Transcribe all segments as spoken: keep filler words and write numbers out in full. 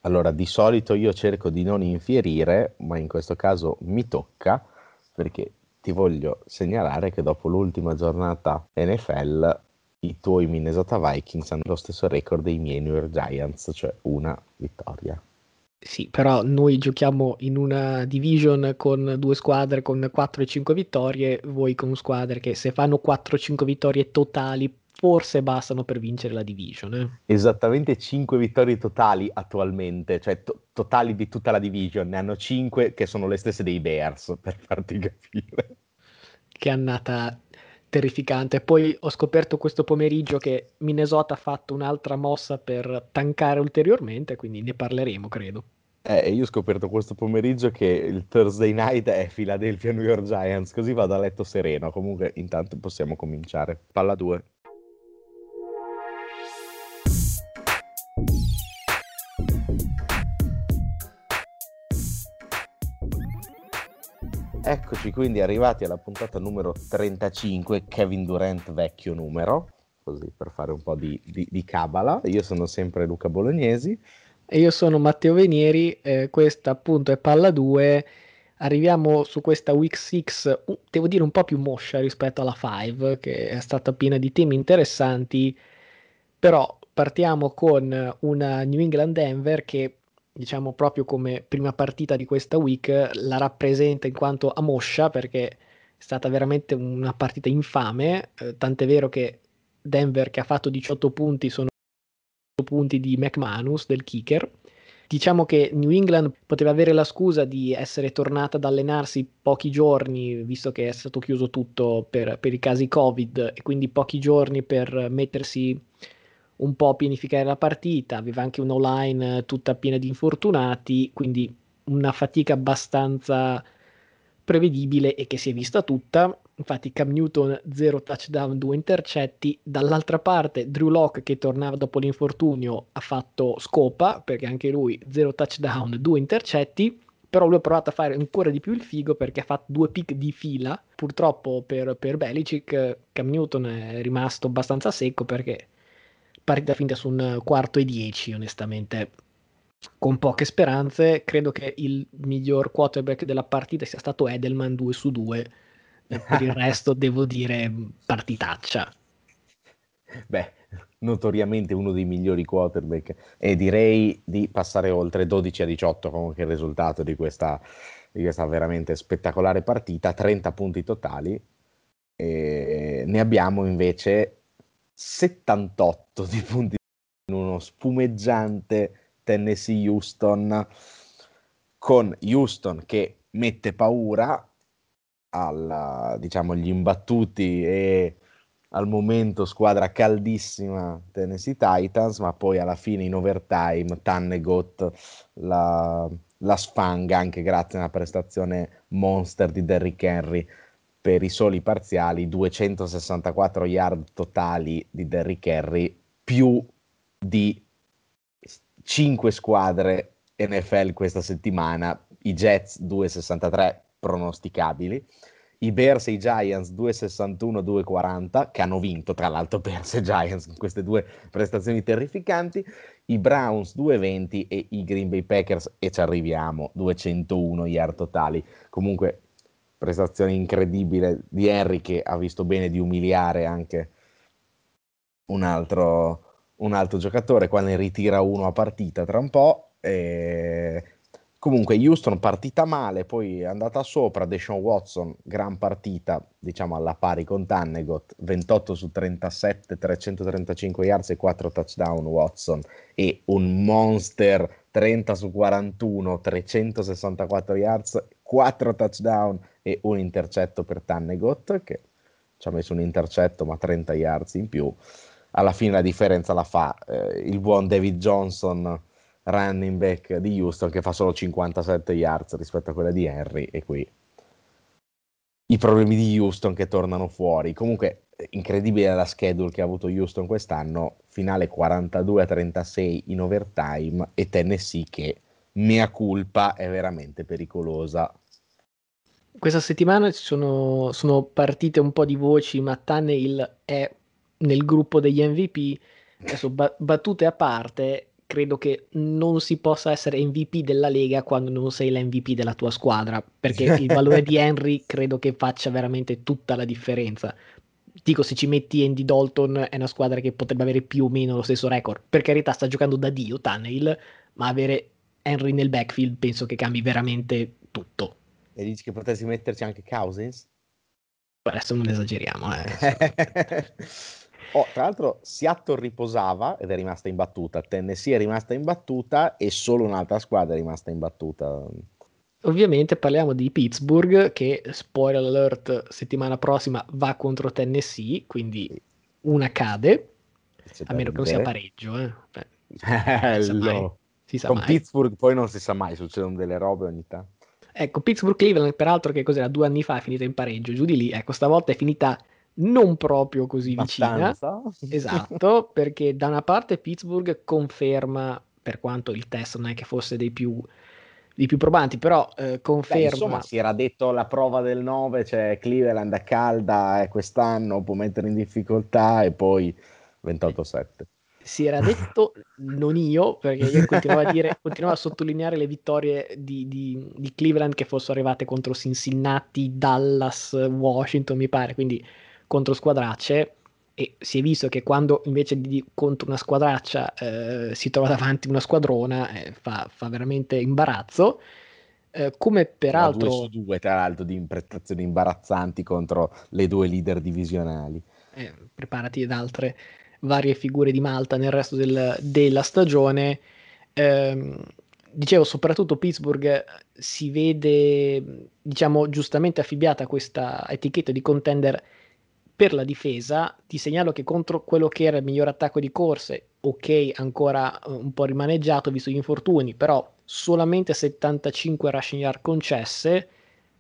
Allora, di solito io cerco di non infierire, ma in questo caso mi tocca, perché ti voglio segnalare che dopo l'ultima giornata N F L i tuoi Minnesota Vikings hanno lo stesso record dei miei New York Giants, cioè una vittoria. Sì, però noi giochiamo in una division con due squadre con quattro e cinque vittorie, voi con squadre che se fanno quattro o cinque vittorie totali forse bastano per vincere la division. eh. Esattamente cinque vittorie totali attualmente, cioè to- totali di tutta la division, ne hanno cinque che sono le stesse dei Bears, per farti capire. Che annata terrificante. Poi ho scoperto questo pomeriggio che Minnesota ha fatto un'altra mossa per tankare ulteriormente, quindi ne parleremo, credo. Eh, e io ho scoperto questo pomeriggio che il Thursday night è Philadelphia New York Giants, così vado a letto sereno. Comunque, intanto possiamo cominciare. Palla due. Eccoci quindi arrivati alla puntata numero trentacinque, Kevin Durant vecchio numero, così per fare un po' di, di, di cabala. Io sono sempre Luca Bolognesi. E io sono Matteo Venieri, eh, questa appunto è Palla due. Arriviamo su questa Week sei, uh, devo dire un po' più moscia rispetto alla cinque, che è stata piena di temi interessanti, però partiamo con una New England Denver che, diciamo proprio come prima partita di questa week, la rappresenta in quanto a moscia, perché è stata veramente una partita infame, eh, tant'è vero che Denver che ha fatto diciotto punti sono punti di McManus, del kicker. Diciamo che New England poteva avere la scusa di essere tornata ad allenarsi pochi giorni, visto che è stato chiuso tutto per, per i casi Covid, e quindi pochi giorni per mettersi un po' a pianificare la partita. Aveva anche un'O-line tutta piena di infortunati, quindi una fatica abbastanza prevedibile e che si è vista tutta. Infatti Cam Newton zero touchdown, due intercetti. Dall'altra parte Drew Lock che tornava dopo l'infortunio ha fatto scopa perché anche lui zero touchdown, due intercetti. Però lui ha provato a fare ancora di più il figo perché ha fatto due pick di fila. Purtroppo per, per Belichick Cam Newton è rimasto abbastanza secco perché partita finita su un quarto e dieci, onestamente con poche speranze. Credo che il miglior quarterback della partita sia stato Edelman, due su due. Eh, per il resto devo dire partitaccia. Beh, notoriamente uno dei migliori quarterback e direi di passare oltre dodici a diciotto comunque il risultato di questa, di questa veramente spettacolare partita, trenta punti totali e ne abbiamo invece settantotto di punti in uno spumeggiante Tennessee-Houston, con Houston che mette paura alla, diciamo, gli imbattuti e al momento squadra caldissima Tennessee Titans, ma poi alla fine in overtime Tannegot la, la sfanga anche grazie a una prestazione monster di Derrick Henry per i soli parziali, duecentosessantaquattro yard totali di Derrick Henry, più di cinque squadre N F L questa settimana, i Jets duecentosessantatré pronosticabili, i Bears e i Giants duecentosessantuno duecentoquaranta, che hanno vinto tra l'altro Bears e Giants con queste due prestazioni terrificanti, i Browns duecentoventi e i Green Bay Packers, e ci arriviamo, duecentouno yard totali. Comunque prestazione incredibile di Henry che ha visto bene di umiliare anche un altro, un altro giocatore, qua ne ritira uno a partita tra un po'. E... Comunque Houston partita male, poi è andata sopra. Deshaun Watson, gran partita, diciamo alla pari con Tannegot, ventotto su trentasette, trecentotrentacinque yards e quattro touchdown Watson, e un monster trenta su quarantuno, trecentosessantaquattro yards, quattro touchdown e un intercetto per Tannegot, che ci ha messo un intercetto ma trenta yards in più. Alla fine la differenza la fa eh, il buon David Johnson, running back di Houston, che fa solo cinquantasette yards rispetto a quella di Henry, e qui i problemi di Houston che tornano fuori. Comunque incredibile la schedule che ha avuto Houston quest'anno, finale quarantadue a trentasei in overtime, e Tennessee che, mea culpa, è veramente pericolosa. Questa settimana ci sono, sono partite un po' di voci, ma Tannehill è nel gruppo degli M V P. Adesso ba- battute a parte, credo che non si possa essere M V P della Lega quando non sei l'M V P della tua squadra, perché il valore di Henry credo che faccia veramente tutta la differenza. Dico, se ci metti Andy Dalton è una squadra che potrebbe avere più o meno lo stesso record. Per carità, sta giocando da Dio, Tannehill, ma avere Henry nel backfield penso che cambi veramente tutto. E dici che potessi metterci anche Cousins? Adesso non esageriamo, eh. Oh, tra l'altro Seattle riposava ed è rimasta imbattuta, Tennessee è rimasta imbattuta e solo un'altra squadra è rimasta imbattuta. Ovviamente parliamo di Pittsburgh che, spoiler alert, settimana prossima va contro Tennessee, quindi una cade, C'è a da meno che non sia ridere. pareggio, eh. Beh, si sa mai, Bello. si sa Con mai. Pittsburgh poi non si sa mai, succedono delle robe ogni tanto. Ecco, Pittsburgh-Cleveland, peraltro, che cos'era, due anni fa è finita in pareggio, giù di lì, ecco, stavolta è finita non proprio così vicina, Abbastanza. esatto, perché da una parte Pittsburgh conferma, per quanto il test non è che fosse dei più, dei più probanti, però eh, Beh, insomma, conferma. si era detto la prova del nove, cioè Cleveland a calda eh, quest'anno può mettere in difficoltà e poi ventotto sette. Si era detto, non io, perché io continuavo a dire, continuavo a sottolineare le vittorie di, di- di Cleveland che fossero arrivate contro Cincinnati, Dallas, Washington, mi pare, quindi contro squadracce. E si è visto che quando invece di contro una squadraccia eh, si trova davanti una squadrona, eh, fa, fa veramente imbarazzo. Eh, come Faceva due su peraltro due, tra l'altro, di prestazioni imbarazzanti contro le due leader divisionali. eh, preparati ad altre varie figure di Malta nel resto del- della stagione. Ehm, dicevo, soprattutto Pittsburgh eh, si vede, diciamo, giustamente affibbiata a questa etichetta di contender per la difesa. Ti segnalo che contro quello che era il miglior attacco di corse, ok, ancora eh, un po' rimaneggiato visto gli infortuni, però solamente settantacinque rushing yard concesse,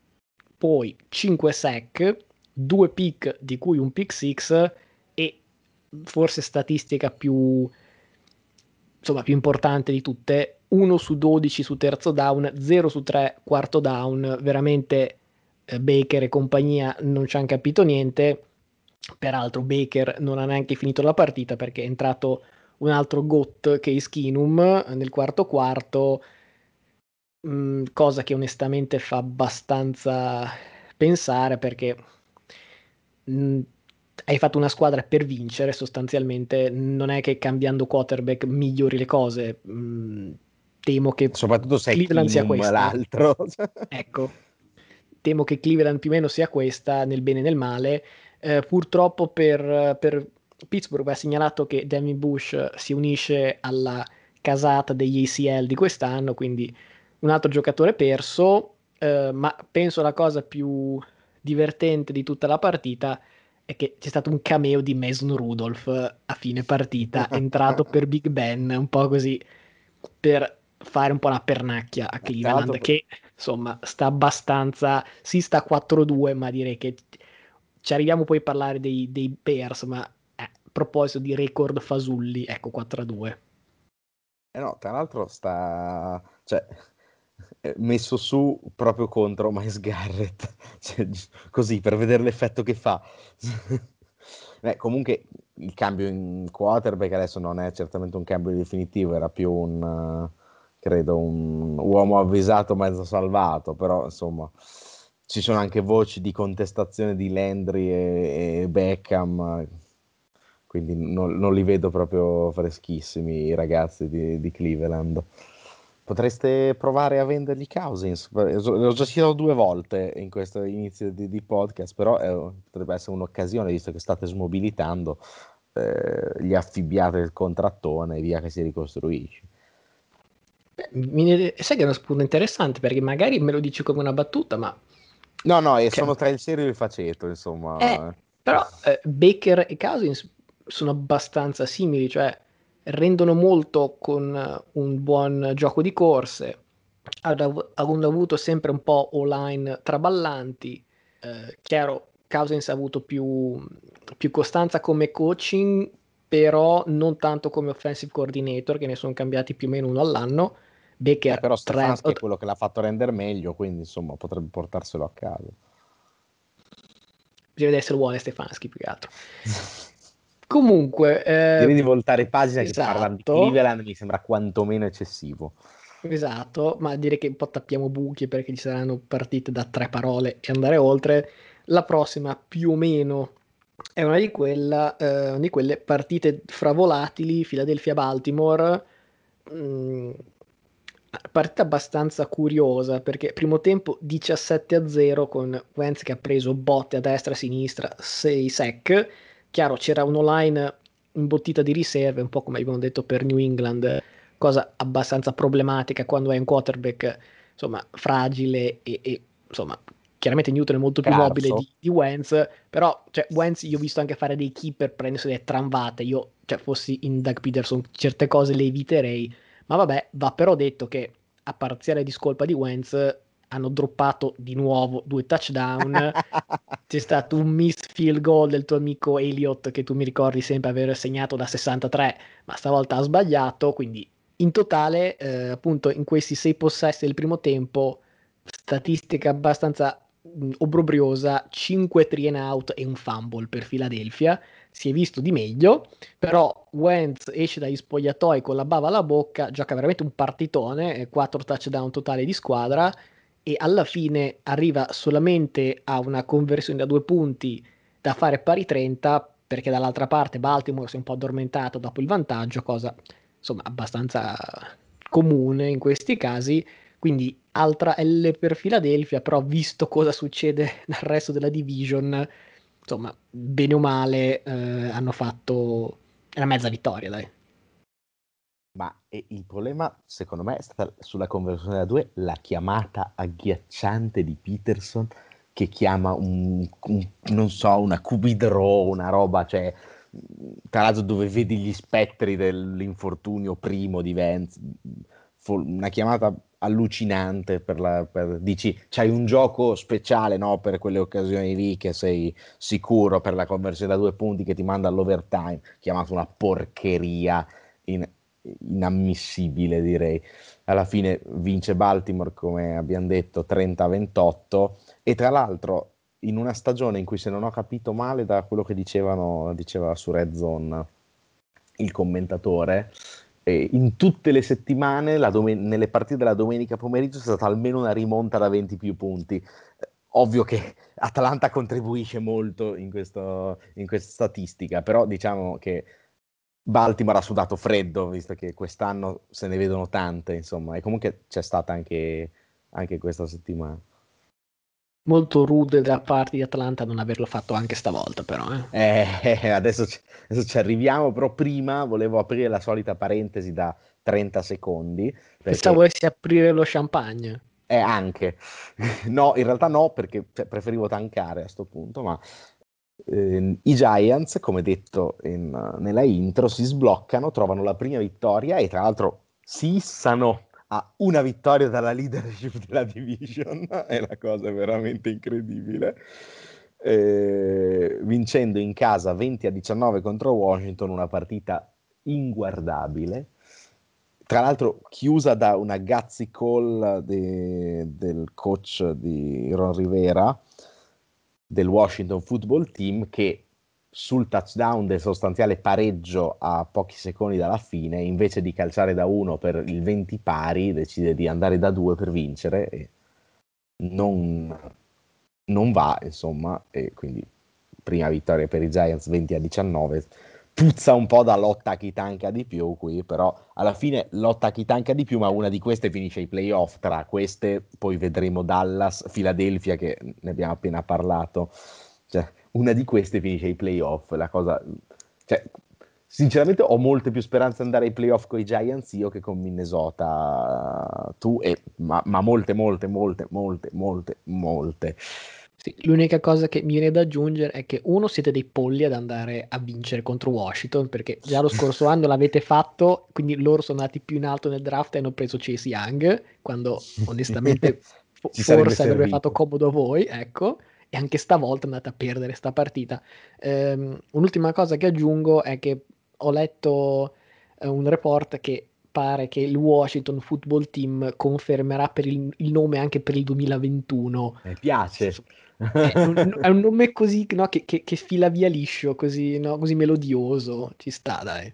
poi cinque sack, due pick di cui un pick six e forse statistica più, insomma, più importante di tutte, uno su dodici su terzo down, zero su tre quarto down, veramente eh, Baker e compagnia non ci hanno capito niente. Peraltro Baker non ha neanche finito la partita perché è entrato un altro GOAT che è Skinum nel quarto quarto, mh, cosa che onestamente fa abbastanza pensare perché mh, hai fatto una squadra per vincere sostanzialmente, non è che cambiando quarterback migliori le cose. Mh, temo che Soprattutto se è Cleveland sia Kinum questa. l'altro. Ecco, temo che Cleveland più o meno sia questa nel bene e nel male. Eh, purtroppo per, per Pittsburgh va segnalato che Devin Bush si unisce alla casata degli A C L di quest'anno, quindi un altro giocatore perso, eh, ma penso la cosa più divertente di tutta la partita è che c'è stato un cameo di Mason Rudolph a fine partita, entrato per Big Ben, un po' così per fare un po' la pernacchia a Tra Cleveland, l'altro, che insomma sta abbastanza, si sta quattro due, ma direi che ci arriviamo poi a parlare dei, dei Bears, ma eh, a proposito di record fasulli, ecco quattro a due. eh no, tra l'altro sta, cioè, eh, messo su proprio contro Miles Garrett, cioè, gi- così per vedere l'effetto che fa. Beh, comunque il cambio in quarterback adesso non è certamente un cambio definitivo, era più un, eh, credo, un uomo avvisato, mezzo salvato, però insomma ci sono anche voci di contestazione di Landry e, e Beckham, eh, quindi non, non li vedo proprio freschissimi i ragazzi di, di Cleveland. Potreste provare a vendergli Cousins? L'ho già citato due volte in questo inizio di, di podcast, però eh, potrebbe essere un'occasione, visto che state smobilitando, eh, gli affibbiate il contrattone e via che si ricostruisce. Beh, mi- sai che è uno spunto interessante perché magari me lo dici come una battuta, ma No, no, e cioè, sono tra il serio e il faceto, eh, insomma. però eh, Baker e Cousins sono abbastanza simili, cioè rendono molto con eh, un buon gioco di corse, hanno av- hanno avuto sempre un po' O-line traballanti. Eh, chiaro, Cousins ha avuto più, più costanza come coaching, però non tanto come offensive coordinator, che ne sono cambiati più o meno uno all'anno. Eh, Baker però tre, Stefanski è quello che l'ha fatto rendere meglio, quindi insomma potrebbe portarselo a casa. bisogna essere buoni Stefanski più che altro. Comunque, Direi di eh, voltare pagina, che parlare di esatto, Cleveland mi sembra quantomeno eccessivo. esatto, ma direi che un po' tappiamo buchi perché ci saranno partite da tre parole e andare oltre. La prossima più o meno è una di, quella, eh, una di quelle partite fra volatili, Philadelphia-Baltimore. Mm, partita abbastanza curiosa perché primo tempo diciassette a zero con Wentz che ha preso botte a destra e a sinistra, sei sec. Chiaro, c'era un'o-line imbottita di riserve, un po' come abbiamo detto per New England, cosa abbastanza problematica quando hai un quarterback insomma fragile e, e, insomma chiaramente Newton è molto più mobile Scarso. di, di Wentz, però cioè, Wentz io ho visto anche fare dei keeper prendersi delle tramvate, io cioè, fossi in Doug Peterson certe cose le eviterei, ma vabbè, va però detto che a parziale discolpa di Wentz hanno droppato di nuovo due touchdown. C'è stato un miss field goal del tuo amico Elliott che tu mi ricordi sempre aver segnato da sessantatré, ma stavolta ha sbagliato, quindi in totale, eh, appunto, in questi sei possessi del primo tempo, statistica abbastanza mh, obbrobriosa, cinque three and out e un fumble per Philadelphia. Si è visto di meglio, però Wentz esce dagli spogliatoi con la bava alla bocca, gioca veramente un partitone, quattro touchdown totali di squadra e alla fine arriva solamente a una conversione da due punti da fare pari trenta perché dall'altra parte Baltimore si è un po' addormentato dopo il vantaggio, cosa insomma abbastanza comune in questi casi. Quindi altra L per Philadelphia, però visto cosa succede nel resto della division, insomma, bene o male eh, hanno fatto una mezza vittoria, dai. Ma e il problema, secondo me, è stata sulla conversione da due la chiamata agghiacciante di Peterson che chiama un, un- non so, una Q B draw, una roba, cioè, tra l'altro dove vedi gli spettri dell'infortunio primo di Vance, fo- una chiamata allucinante per la, per- dici, c'hai un gioco speciale, no, per quelle occasioni lì che sei sicuro per la conversione da due punti che ti manda all'overtime, chiamato una porcheria in- inammissibile, direi. Alla fine vince Baltimore, come abbiamo detto, trenta a ventotto, e tra l'altro in una stagione in cui, se non ho capito male da quello che dicevano, diceva su Red Zone il commentatore, eh, in tutte le settimane, la domen- nelle partite della domenica pomeriggio, c'è stata almeno una rimonta da venti più punti. Eh, Ovvio che Atlanta contribuisce molto in, questo, in questa statistica, però diciamo che Baltimore ha sudato freddo, visto che quest'anno se ne vedono tante, insomma, e comunque c'è stata anche, anche questa settimana. Molto rude da parte di Atlanta non averlo fatto anche stavolta, però. Eh. Eh, adesso, ci, adesso ci arriviamo, però prima volevo aprire la solita parentesi da trenta secondi, Pensavo perché volessi aprire lo champagne. è anche, no, in realtà no, perché cioè, preferivo tankare a sto punto, ma eh, i Giants, come detto in- nella intro, si sbloccano, trovano la prima vittoria e tra l'altro si issano a una vittoria dalla leadership della division, è la cosa veramente incredibile. Eh, vincendo in casa venti a diciannove contro Washington, una partita inguardabile. Tra l'altro chiusa da una gutsy call de- del coach di Ron Rivera del Washington Football Team, che sul touchdown del sostanziale pareggio a pochi secondi dalla fine, invece di calciare da uno per il venti pari, decide di andare da due per vincere e non, non va, insomma, e quindi prima vittoria per i Giants venti a diciannove. Puzza un po' da lotta a chi tanca di più qui, però alla fine lotta a chi tanca di più, ma una di queste finisce i playoff. Tra queste poi vedremo Dallas, Philadelphia, che ne abbiamo appena parlato. Cioè, una di queste finisce i playoff. La cosa, cioè, sinceramente ho molte più speranze di andare ai playoff con i Giants io che con Minnesota tu, e, ma, ma molte, molte, molte, molte, molte, molte. Sì, l'unica cosa che mi viene da aggiungere è che uno siete dei polli ad andare a vincere contro Washington perché già lo scorso anno l'avete fatto, quindi loro sono andati più in alto nel draft e hanno preso Chase Young, quando onestamente fo- Ci sarebbe forse avrebbe fatto servito. comodo a voi, ecco, e anche stavolta andate a perdere sta partita. Ehm, un'ultima cosa che aggiungo è che ho letto eh, un report che pare che il Washington Football Team confermerà per il, il nome anche per il duemilaventuno. Mi piace. È un, è un nome così, no, che, che- che fila via liscio, così, no, così melodioso. Ci sta, dai.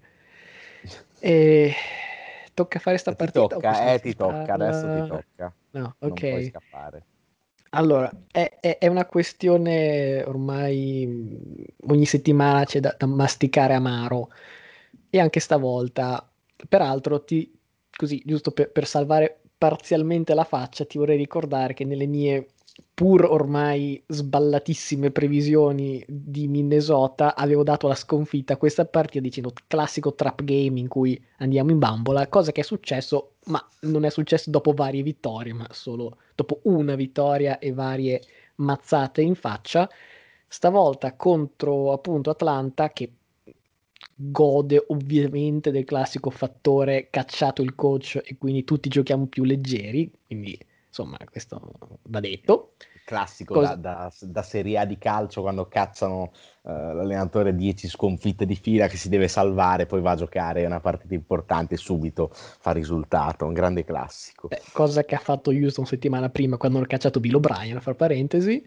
E tocca fare sta Ti partita o tocca, possiamo eh, ti tocca, adesso ti saltarla? tocca. No, Non puoi ok. scappare. Allora, è, è- è una questione ormai mh, ogni settimana c'è da, da masticare amaro e anche stavolta, peraltro, ti, così, giusto per, per salvare parzialmente la faccia, ti vorrei ricordare che nelle mie pur ormai sballatissime previsioni di Minnesota avevo dato la sconfitta a questa partita dicendo classico trap game in cui andiamo in bambola, cosa che è successo, ma non è successo dopo varie vittorie, ma solo dopo una vittoria e varie mazzate in faccia. Stavolta contro appunto Atlanta che gode ovviamente del classico fattore cacciato il coach e quindi tutti giochiamo più leggeri, quindi insomma questo va detto. Classico da, Cosa, da, da Serie A di calcio quando cacciano eh, l'allenatore dieci sconfitte di fila che si deve salvare, poi va a giocare una partita importante e subito fa risultato, un grande classico. eh, cosa che ha fatto Houston settimana prima quando hanno cacciato Bill O'Brien, fra parentesi.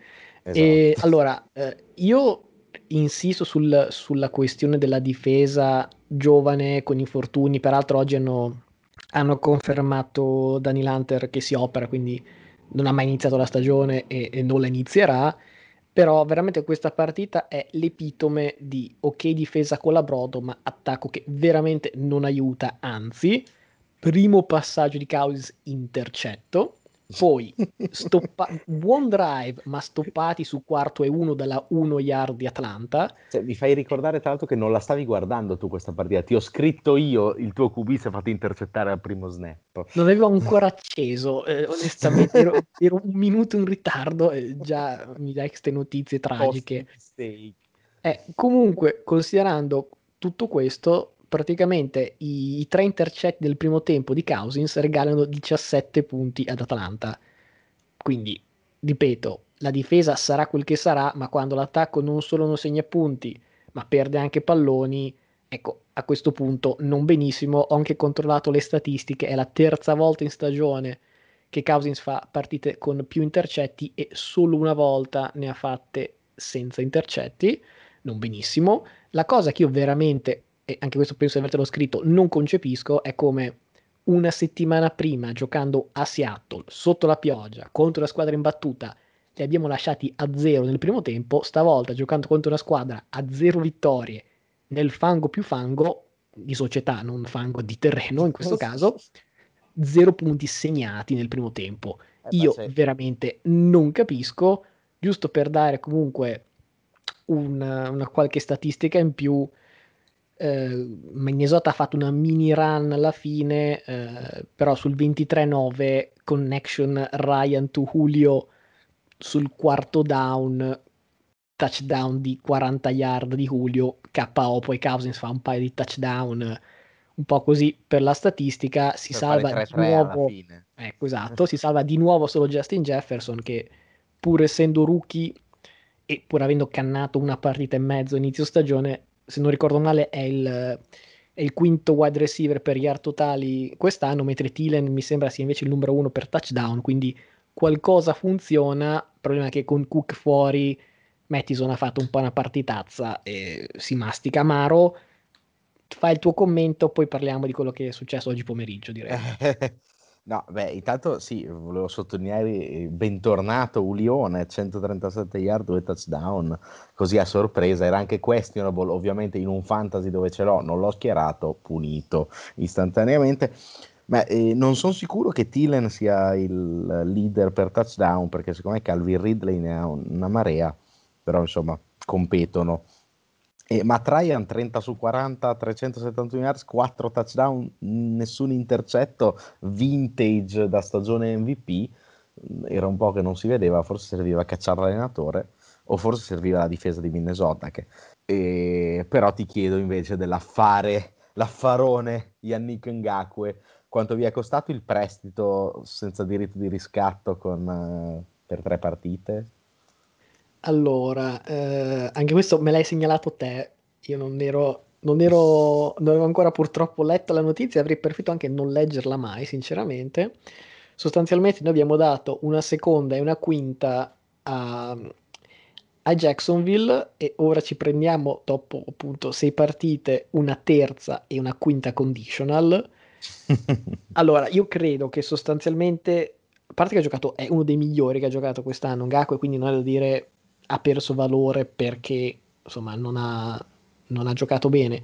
E Esatto. allora, eh, io insisto sul- sulla questione della difesa giovane con infortuni, peraltro oggi hanno, hanno confermato Daniel Hunter che si opera, quindi non ha mai iniziato la stagione e, e non la inizierà, però veramente questa partita è l'epitome di ok difesa con la brodo, ma attacco che veramente non aiuta, anzi primo passaggio di Cousins intercetto, poi stoppa- buon drive, ma stoppati su quarto e uno dalla uno yard di Atlanta. Cioè, mi fai ricordare tra l'altro che non la stavi guardando tu questa partita, ti ho scritto io, il tuo Q B si è fatto intercettare al primo snap. Non avevo ancora acceso, eh, onestamente, ero, ero un minuto in ritardo e già mi dai queste notizie Post tragiche. mistake. Eh, comunque, considerando tutto questo, praticamente i, i tre intercetti del primo tempo di Cousins regalano diciassette punti ad Atlanta. Quindi, ripeto, la difesa sarà quel che sarà, ma quando l'attacco non solo non segna punti, ma perde anche palloni, ecco, a questo punto non benissimo. Ho anche controllato le statistiche, è la terza volta in stagione che Cousins fa partite con più intercetti e solo una volta ne ha fatte senza intercetti, non benissimo. La cosa che io veramente, e anche questo penso di avertelo scritto, non concepisco è come una settimana prima, giocando a Seattle, sotto la pioggia, contro una squadra imbattuta, li abbiamo lasciati a zero nel primo tempo, stavolta giocando contro una squadra a zero vittorie nel fango più fango, di società, non fango di terreno in questo caso, zero punti segnati nel primo tempo. Eh beh, Io c'è veramente non capisco, giusto per dare comunque una, una qualche statistica in più, eh, Minnesota ha fatto una mini run alla fine, eh, però sul ventitré nove connection Ryan to Julio sul quarto down, touchdown di quaranta yard di Julio, K O, poi Cousins fa un paio di touchdown, un po' così per la statistica, si per fare salva di tre tre alla nuovo, fine. ecco esatto, si salva di nuovo solo Justin Jefferson che pur essendo rookie e pur avendo cannato una partita e mezzo a inizio stagione, se non ricordo male è il, è il quinto wide receiver per yard totali quest'anno, mentre Thielen mi sembra sia invece il numero uno per touchdown, quindi qualcosa funziona, il problema è che con Cook fuori Mattison ha fatto un po' una partitazza e si mastica amaro. Fai il tuo commento, poi parliamo di quello che è successo oggi pomeriggio, direi. Eh, No, beh, intanto sì, volevo sottolineare eh, bentornato Ulione, centotrentasette yard, due touchdown, così a sorpresa, era anche questionable, ovviamente in un fantasy dove ce l'ho, non l'ho schierato, punito istantaneamente, ma eh, non sono sicuro che Thielen sia il leader per touchdown, perché secondo me Calvin Ridley ne ha una marea, però insomma competono. E Matt Ryan trenta su quaranta, trecentosettantuno yards, quattro touchdown, nessun intercetto, vintage da stagione M V P. Era un po' che non si vedeva, forse serviva a cacciare l'allenatore o forse serviva la difesa di Minnesota. Che... E... Però ti chiedo invece dell'affare, l'affarone Yannick Ngakwe, quanto vi è costato il prestito senza diritto di riscatto con, eh, per tre partite? Allora, eh, anche questo me l'hai segnalato te, io non ero, non ero, non avevo ancora purtroppo letto la notizia, avrei preferito anche non leggerla mai, sinceramente. Sostanzialmente noi abbiamo dato una seconda e una quinta a, a Jacksonville e ora ci prendiamo dopo appunto sei partite una terza e una quinta conditional. Allora, io credo che sostanzialmente, a parte che ha giocato, è uno dei migliori che ha giocato quest'anno Ngakoue, quindi non è da dire ha perso valore perché insomma non ha, non ha giocato bene.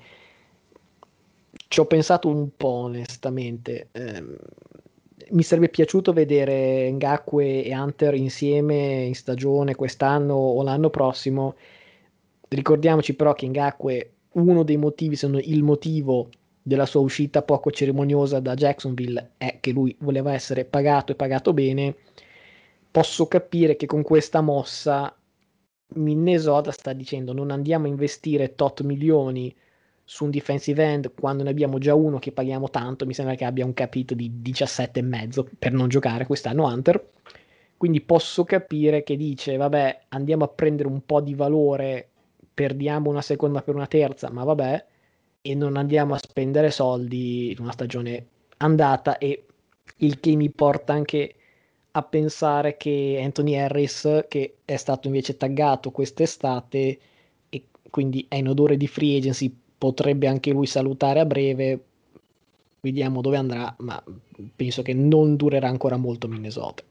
Ci ho pensato un po' onestamente. Ehm, mi sarebbe piaciuto vedere Ngakoue e Hunter insieme in stagione quest'anno o l'anno prossimo. Ricordiamoci però che Ngakoue, uno dei motivi, se non il motivo della sua uscita poco cerimoniosa da Jacksonville è che lui voleva essere pagato e pagato bene. Posso capire che con questa mossa Minnesota sta dicendo non andiamo a investire tot milioni su un defensive end quando ne abbiamo già uno che paghiamo tanto. Mi sembra che abbia un capito di diciassette e mezzo per non giocare quest'anno Hunter. Quindi posso capire che dice vabbè, andiamo a prendere un po' di valore, perdiamo una seconda per una terza, ma vabbè, e non andiamo a spendere soldi in una stagione andata, e il che mi porta anche a pensare che Anthony Harris, che è stato invece taggato quest'estate e quindi è in odore di free agency, potrebbe anche lui salutare a breve. Vediamo dove andrà, ma penso che non durerà ancora molto Minnesota.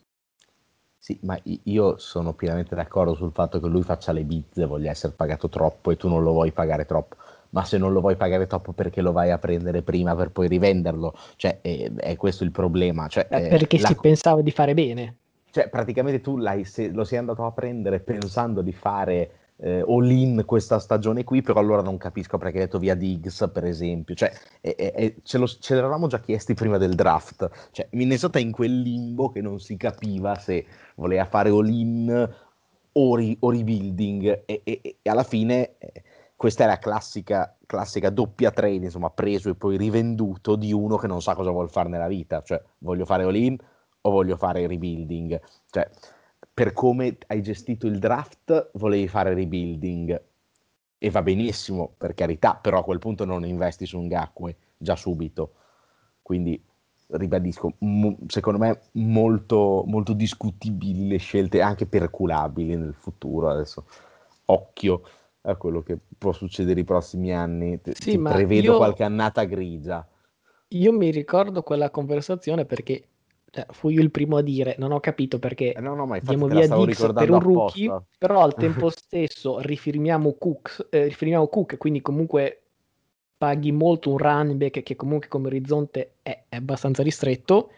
Sì, ma io sono pienamente d'accordo sul fatto che lui faccia le bizze, voglia essere pagato troppo e tu non lo vuoi pagare troppo. Ma se non lo vuoi pagare troppo perché lo vai a prendere prima per poi rivenderlo, cioè è, è questo il problema. Cioè, Eh, eh, perché la, si pensava di fare bene. cioè, praticamente tu l'hai, se, lo sei andato a prendere pensando di fare eh, all-in questa stagione qui, però allora non capisco perché hai detto via Diggs, per esempio. Cioè, e, e, e ce, lo, ce l'eravamo già chiesti prima del draft. Cioè, Minnesota è in quel limbo che non si capiva se voleva fare all-in o, ri, o rebuilding. E, e, e alla fine eh, questa è la classica, classica doppia trade, insomma, preso e poi rivenduto di uno che non sa cosa vuol fare nella vita. Cioè, voglio fare all-in o voglio fare rebuilding? Cioè, per come hai gestito il draft, volevi fare rebuilding e va benissimo, per carità, però a quel punto non investi su Ngakoue già subito. Quindi ribadisco, mo, secondo me molto, molto discutibili le scelte, anche perculabili nel futuro. Adesso occhio a quello che può succedere i prossimi anni. Ti, Sì, ti ma prevedo io, qualche annata grigia. io mi ricordo quella conversazione perché cioè, fui io il primo a dire non ho capito Eh, perché no, no, ma infatti diamo te la via stavo Dix per ricordando un rookie, apposta. però al tempo stesso rifirmiamo Cook, eh, rifirmiamo Cook, quindi comunque paghi molto un running back che comunque come orizzonte è, è abbastanza ristretto.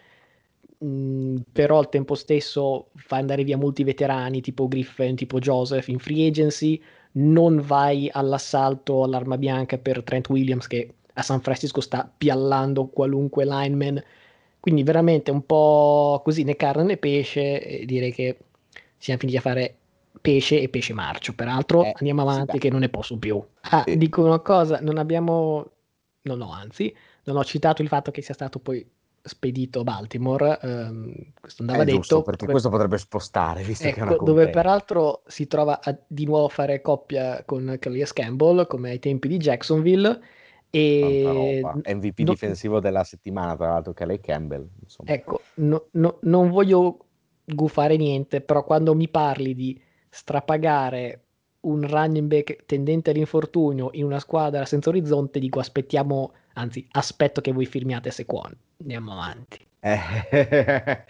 Mm, però al tempo stesso fai andare via molti veterani tipo Griffin, tipo Joseph in free agency, non vai all'assalto all'arma bianca per Trent Williams che a San Francisco sta piallando qualunque lineman, quindi veramente un po' così né carne né pesce, e direi che siamo finiti a fare pesce e pesce marcio. Peraltro Eh, andiamo sì, avanti beh, che non ne posso più. Ah, eh, dico una cosa, non abbiamo, no no, anzi, non ho citato il fatto che sia stato poi spedito a Baltimore, ehm, questo andava è giusto, detto, perché dove, questo potrebbe spostare, visto che è una ecco, dove contesa. peraltro si trova a di nuovo fare coppia con Calais Campbell, come ai tempi di Jacksonville, Tanta e roba. M V P no- difensivo della settimana, tra l'altro, che è lei Campbell, insomma. ecco, no- no- non voglio gufare niente, però quando mi parli di strapagare un running back tendente all'infortunio in una squadra senza orizzonte, dico aspettiamo, anzi aspetto che voi firmiate Saquon. Andiamo avanti. Eh,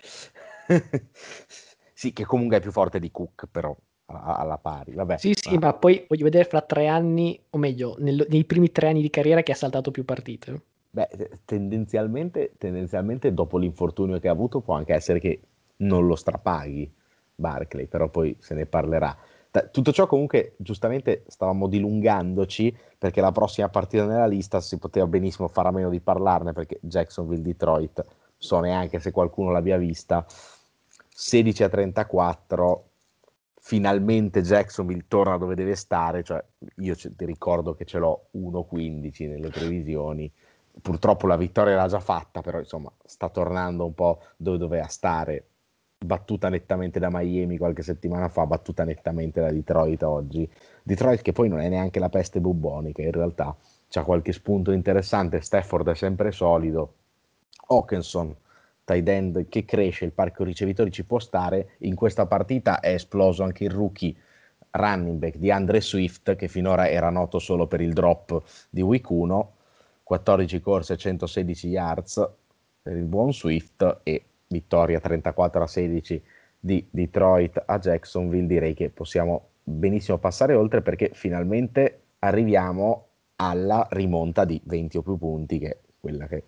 sì, che comunque è più forte di Cook, però, a- alla pari. Vabbè, Sì, sì, ma, ma poi voglio vedere fra tre anni, o meglio, nel- nei primi tre anni di carriera che ha saltato più partite. beh, tendenzialmente, tendenzialmente dopo l'infortunio che ha avuto può anche essere che non lo strapaghi Barclay, però poi se ne parlerà. Ta- Tutto ciò comunque, giustamente, stavamo dilungandoci perché la prossima partita nella lista si poteva benissimo fare a meno di parlarne perché Jacksonville-Detroit, so neanche se qualcuno l'abbia vista, sedici a trentaquattro, finalmente Jacksonville torna dove deve stare, cioè io ce- ti ricordo che ce l'ho uno quindici nelle previsioni, purtroppo la vittoria l'ha già fatta, però insomma sta tornando un po' dove doveva stare, battuta nettamente da Miami qualche settimana fa, battuta nettamente da Detroit oggi. Detroit che poi non è neanche la peste bubbonica, in realtà c'ha qualche spunto interessante, Stafford è sempre solido, Hawkinson, tight end che cresce, il parco ricevitori ci può stare, in questa partita è esploso anche il rookie running back di Andre Swift, che finora era noto solo per il drop di week uno, quattordici corse e centosedici yards per il buon Swift, e vittoria trentaquattro a sedici di Detroit a Jacksonville. Direi che possiamo benissimo passare oltre, perché finalmente arriviamo alla rimonta di venti o più punti, che è quella che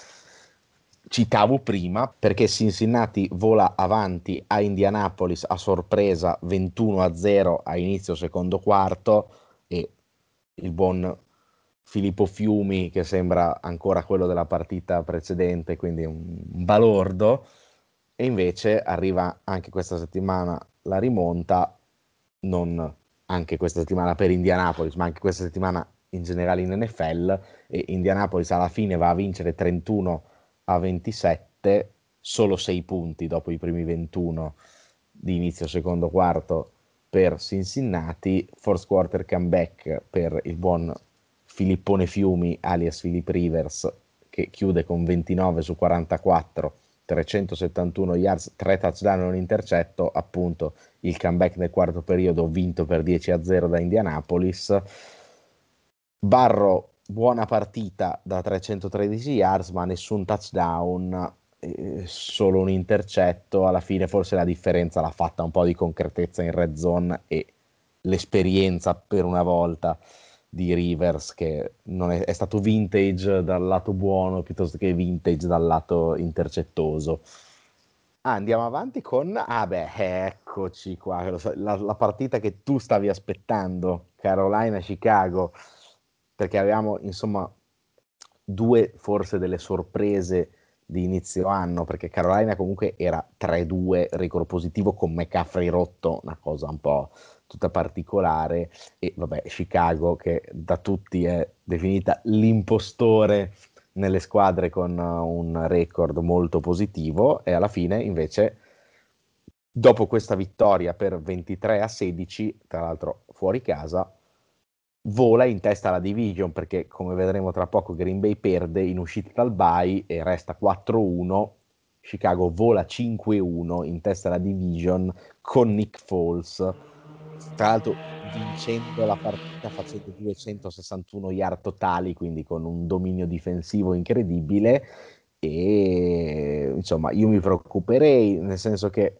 citavo prima, perché Cincinnati vola avanti a Indianapolis a sorpresa ventuno a zero a inizio secondo quarto, e il buon Filippo Fiumi, che sembra ancora quello della partita precedente, quindi un balordo, e invece arriva anche questa settimana la rimonta, non anche questa settimana per Indianapolis, ma anche questa settimana in generale in N F L, e Indianapolis alla fine va a vincere trentuno a ventisette, solo sei punti dopo i primi ventuno di inizio secondo quarto per Cincinnati. Fourth quarter comeback per il buon Filippone Fiumi alias Philip Rivers, che chiude con ventinove su quarantaquattro, trecentosettantuno yards, tre touchdown e un intercetto, appunto il comeback nel quarto periodo vinto per dieci a zero da Indianapolis. Barro, buona partita da trecentotredici yards, ma nessun touchdown, eh, solo un intercetto. Alla fine forse la differenza l'ha fatta un po' di concretezza in red zone e l'esperienza per una volta di Rivers, che non è, è stato vintage dal lato buono piuttosto che vintage dal lato intercettoso. Ah, andiamo avanti con, ah beh, eccoci qua, la, la partita che tu stavi aspettando, Carolina-Chicago, perché avevamo insomma due forse delle sorprese di inizio anno, perché Carolina comunque era tre due, record positivo con McCaffrey rotto, una cosa un po' tutta particolare, e vabbè, Chicago, che da tutti è definita l'impostore nelle squadre con un record molto positivo, e alla fine invece, dopo questa vittoria per ventitré a sedici, tra l'altro fuori casa, vola in testa alla division, perché come vedremo tra poco Green Bay perde in uscita dal bye e resta quattro uno. Chicago vola cinque uno in testa alla division con Nick Foles, tra l'altro vincendo la partita facendo duecentosessantuno yard totali, quindi con un dominio difensivo incredibile. E insomma io mi preoccuperei, nel senso che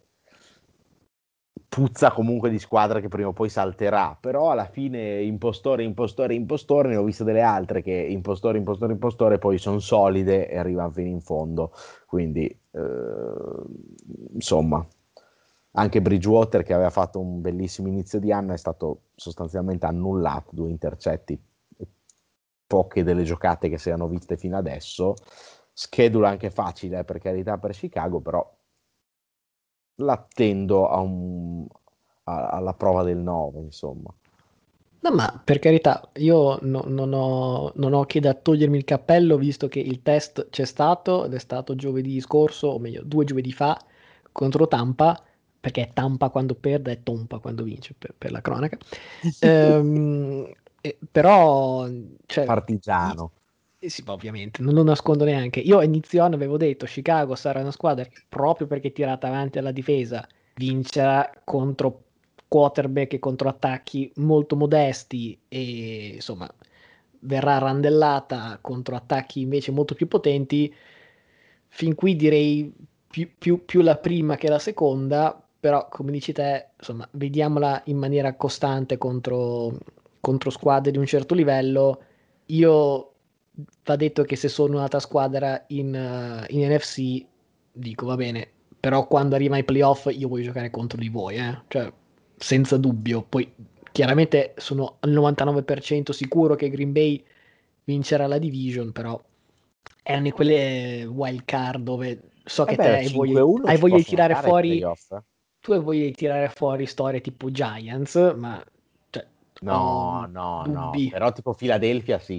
puzza comunque di squadra che prima o poi salterà, però alla fine impostore, impostore, impostore, ne ho viste delle altre che impostore, impostore, impostore, poi sono solide e arrivano fino in fondo, quindi eh, insomma, anche Bridgewater, che aveva fatto un bellissimo inizio di anno, è stato sostanzialmente annullato, due intercetti, poche delle giocate che si erano viste fino adesso. Schedule anche facile, per carità, per Chicago, però l'attendo a un, a, alla prova del nove, insomma. No, ma per carità, io no- non ho, non ho che da togliermi il cappello, visto che il test c'è stato ed è stato giovedì scorso, o meglio, due giovedì fa, contro Tampa, perché è Tampa quando perde e Tompa quando vince, per, per la cronaca. Ehm, eh, però, cioè, i- Partigiano. eh sì, ovviamente, non lo nascondo neanche. Io a inizio anno avevo detto, Chicago sarà una squadra che, proprio perché è tirata avanti alla difesa, vincerà contro quarterback e contro attacchi molto modesti, e insomma verrà randellata contro attacchi invece molto più potenti. Fin qui direi più, più- più la prima che la seconda, però come dici te, insomma, vediamola in maniera costante contro, contro squadre di un certo livello. Io va detto che se sono un'altra squadra in, eh, in N F C, dico va bene, però quando arriva ai playoff io voglio giocare contro di voi, eh? Cioè, senza dubbio. Poi chiaramente sono al novantanove per cento sicuro che Green Bay vincerà la division, però è una di quelle wild card dove so E che te beh, hai voglia, cinque uno hai ci voglia di possono tirare stare ai fuori, playoff. tu hai voglia di tirare fuori storie tipo Giants, ma cioè, ho No, no, no, dubbi. però tipo Philadelphia sì.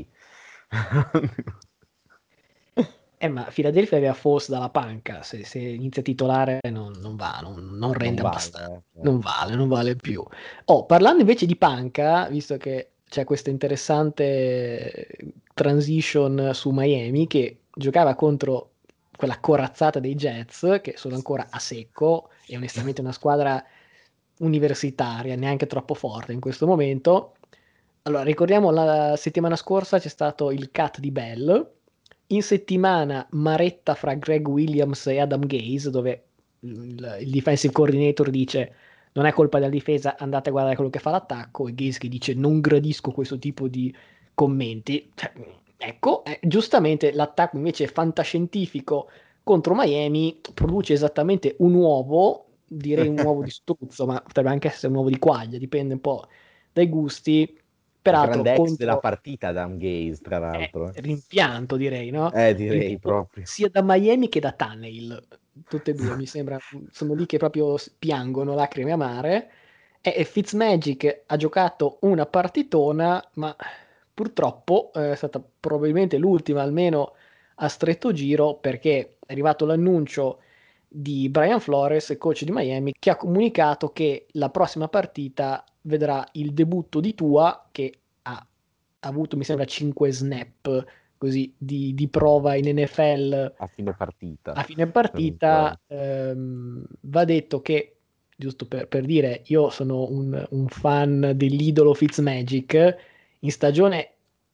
Eh, ma Philadelphia aveva Foles dalla panca, se, se inizia a titolare non, non va, non, non rende Non abbastanza, vale. Eh. non vale, non vale più. Oh, parlando invece di panca, visto che c'è questa interessante transition su Miami, che giocava contro quella corazzata dei Jets, che sono ancora a secco, e onestamente una squadra universitaria, neanche troppo forte in questo momento. Allora, ricordiamo la settimana scorsa c'è stato il cut di Bell, in settimana maretta fra Greg Williams e Adam Gase, dove il, il defensive coordinator dice non è colpa della difesa, andate a guardare quello che fa l'attacco, e Gase che dice non gradisco questo tipo di commenti. Cioè, ecco, eh, giustamente l'attacco invece fantascientifico contro Miami produce esattamente un uovo, direi un uovo di struzzo, ma potrebbe anche essere un uovo di quaglia, dipende un po' dai gusti. Il Peraltro grande ex della contro partita, Adam Gaze, tra eh, l'altro. rimpianto, direi, no? Eh, direi Rimpianto proprio. sia da Miami che da Tannehill, tutte e due, mi sembra, sono lì che proprio piangono lacrime amare. E, e Fitzmagic ha giocato una partitona, ma purtroppo eh, è stata probabilmente l'ultima, almeno a stretto giro, perché è arrivato l'annuncio di Brian Flores, coach di Miami, che ha comunicato che la prossima partita vedrà il debutto di Tua, che ha avuto, mi sembra, cinque snap così di, di prova in N F L A fine partita. a fine Per un pro. partita. Ehm, va detto che, giusto per, per dire, io sono un, un fan dell'idolo Fitzmagic, in stagione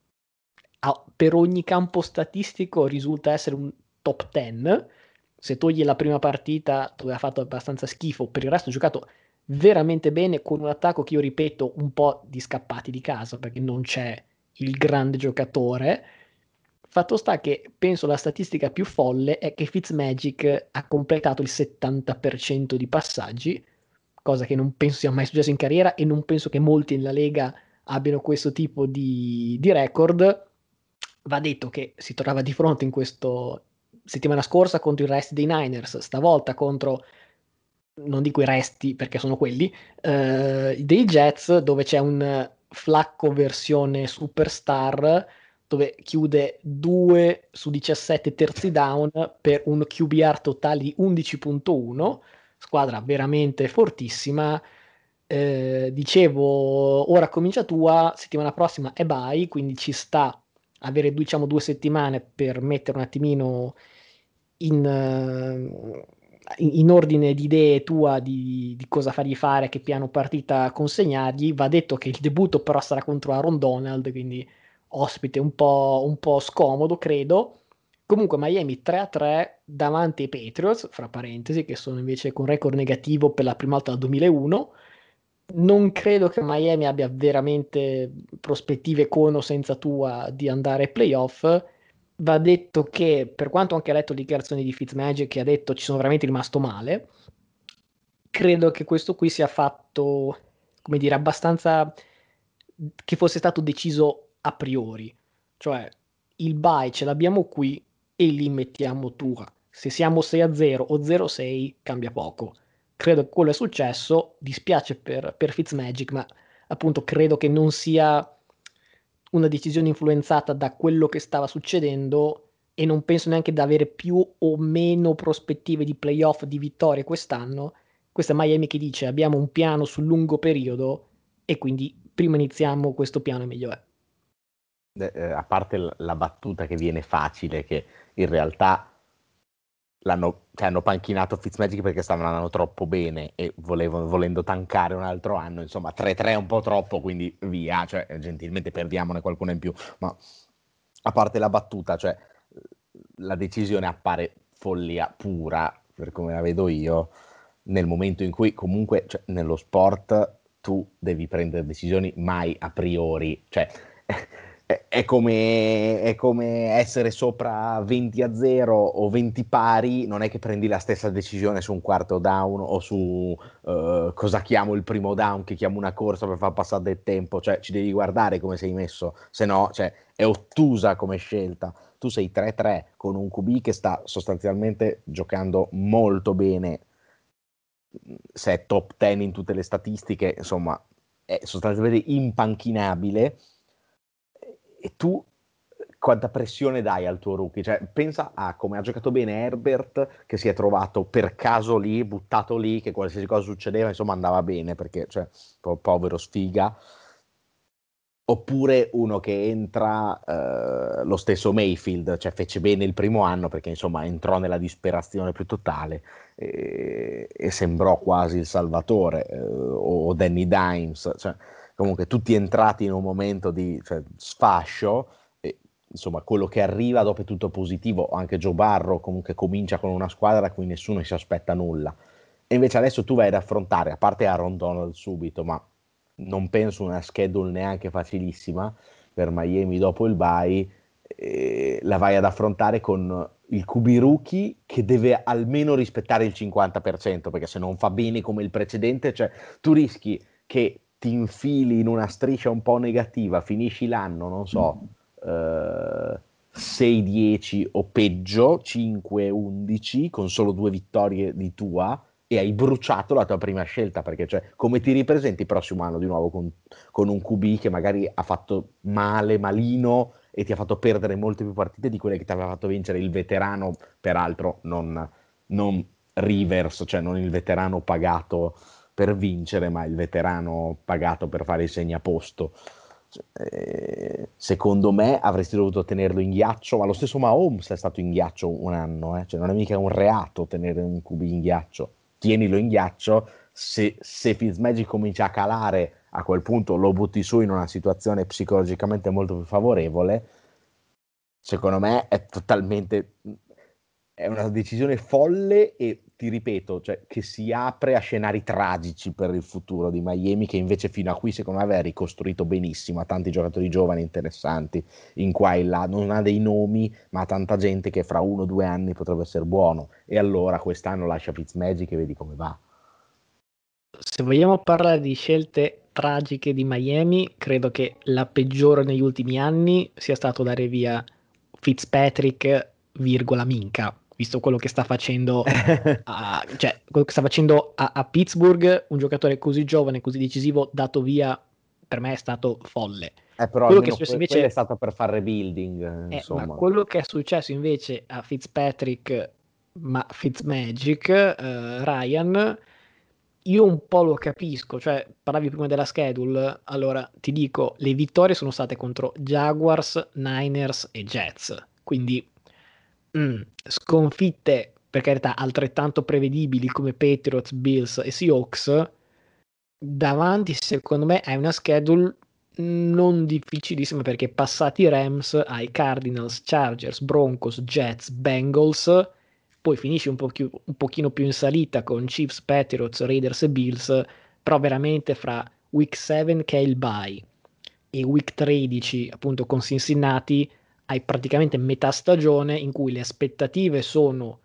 ha- per ogni campo statistico risulta essere un top dieci. Se togli la prima partita dove ha fatto abbastanza schifo, per il resto ha giocato veramente bene con un attacco che io ripeto un po' di scappati di casa perché non c'è il grande giocatore. Fatto sta che penso la statistica più folle è che Fitzmagic ha completato il settanta per cento di passaggi, cosa che non penso sia mai successo in carriera e non penso che molti nella Lega abbiano questo tipo di, di record. Va detto che si trovava di fronte in questo settimana scorsa contro i resti dei Niners, stavolta contro, non dico i resti perché sono quelli, eh, dei Jets, dove c'è un Flacco versione superstar, dove chiude due su diciassette terzi down per un Q B R totale di undici virgola uno, squadra veramente fortissima. Eh, dicevo, ora comincia tua, settimana prossima è bye, quindi ci sta avere diciamo due settimane per mettere un attimino in, eh, in- in ordine di idee tua di, di cosa fargli fare, che piano partita consegnargli. Va detto che il debutto però sarà contro Aaron Donald, quindi ospite un po', un po' scomodo, credo. Comunque Miami tre a tre davanti ai Patriots, fra parentesi, che sono invece con record negativo per la prima volta dal duemilauno. Non credo che Miami abbia veramente prospettive con o senza Tua di andare ai playoff. Va detto che, per quanto ho anche letto dichiarazioni di Fitzmagic che ha detto ci sono veramente rimasto male, credo che questo qui sia fatto, come dire, abbastanza che fosse stato deciso a priori. Cioè, il bye ce l'abbiamo qui e lì mettiamo Tua. Se siamo sei a zero o zero a sei cambia poco. Credo che quello è successo, dispiace per, per Fitzmagic, ma appunto credo che non sia una decisione influenzata da quello che stava succedendo e non penso neanche di avere più o meno prospettive di playoff, di vittorie quest'anno. Questa è Miami che dice abbiamo un piano sul lungo periodo e quindi prima iniziamo questo piano e meglio è. Eh, eh, a parte l- la battuta che viene facile, che in realtà l'hanno, cioè, hanno panchinato Fitzmagic perché stavano andando troppo bene e volevano, volendo tankare un altro anno, insomma tre a tre è un po' troppo, quindi via, cioè gentilmente perdiamone qualcuno in più, ma a parte la battuta, cioè la decisione appare follia pura, per come la vedo io, nel momento in cui comunque cioè, nello sport tu devi prendere decisioni mai a priori, cioè è, è come, è come essere sopra venti a zero o venti pari, non è che prendi la stessa decisione su un quarto down o su uh, cosa chiamo il primo down, che chiamo una corsa per far passare del tempo, cioè ci devi guardare come sei messo, se no cioè, è ottusa come scelta. Tu sei tre a tre con un Q B che sta sostanzialmente giocando molto bene, se è top dieci in tutte le statistiche, insomma, è sostanzialmente impanchinabile. E tu quanta pressione dai al tuo rookie? Cioè, pensa a come ha giocato bene Herbert, che si è trovato per caso lì, buttato lì, che qualsiasi cosa succedeva, insomma, andava bene, perché, cioè, po- povero sfiga. Oppure uno che entra, eh, lo stesso Mayfield, cioè fece bene il primo anno perché insomma entrò nella disperazione più totale e, e sembrò quasi il salvatore, eh, o Danny Dimes, cioè, comunque tutti entrati in un momento di, cioè, sfascio, e, insomma quello che arriva dopo è tutto positivo, anche Joe Burrow comunque comincia con una squadra da cui nessuno si aspetta nulla, e invece adesso tu vai ad affrontare, a parte Aaron Donald subito, ma non penso una schedule neanche facilissima per Miami dopo il bye, eh, la vai ad affrontare con il Q B rookie che deve almeno rispettare il cinquanta per cento, perché se non fa bene come il precedente, cioè tu rischi che ti infili in una striscia un po' negativa, finisci l'anno, non so, eh, sei dieci o peggio, cinque undici, con solo due vittorie di tua, e hai bruciato la tua prima scelta, perché cioè, come ti ripresenti il prossimo anno di nuovo con, con un Q B che magari ha fatto male, malino, e ti ha fatto perdere molte più partite di quelle che ti aveva fatto vincere il veterano, peraltro non, non Rivers, cioè non il veterano pagato per vincere, ma il veterano pagato per fare il segnaposto. Eh, secondo me avresti dovuto tenerlo in ghiaccio, ma lo stesso Mahomes è stato in ghiaccio un anno, eh? Cioè, non è mica un reato tenere un Q B in ghiaccio. Tienilo in ghiaccio, se, se Fitzmagic comincia a calare, a quel punto lo butti su in una situazione psicologicamente molto più favorevole. Secondo me è totalmente, è una decisione folle, e ti ripeto, cioè, che si apre a scenari tragici per il futuro di Miami, che invece fino a qui secondo me aveva ricostruito benissimo, ha tanti giocatori giovani interessanti in qua e là, non ha dei nomi, ma ha tanta gente che fra uno o due anni potrebbe essere buono, e allora quest'anno lascia Fitzmagic e vedi come va. Se vogliamo parlare di scelte tragiche di Miami, credo che la peggiore negli ultimi anni sia stato dare via Fitzpatrick, virgola Minca, visto quello che sta facendo a, cioè, quello che sta facendo a, a Pittsburgh, un giocatore così giovane, così decisivo, dato via, per me è stato folle. Eh, però Quello che è almeno successo que- quello è invece, stato per fare rebuilding, eh, eh, ma insomma. quello che è successo invece a Fitzpatrick, ma Fitzmagic, eh, Ryan, io un po' lo capisco, cioè parlavi prima della schedule, allora ti dico, le vittorie sono state contro Jaguars, Niners e Jets, quindi mm, sconfitte per carità altrettanto prevedibili come Patriots, Bills e Seahawks, davanti secondo me è una schedule non difficilissima, perché passati i Rams ai Cardinals, Chargers, Broncos, Jets, Bengals, poi finisci un, pochi- un pochino più in salita con Chiefs, Patriots, Raiders e Bills, però veramente fra week sette che è il bye e week tredici appunto con Cincinnati hai praticamente metà stagione in cui le aspettative sono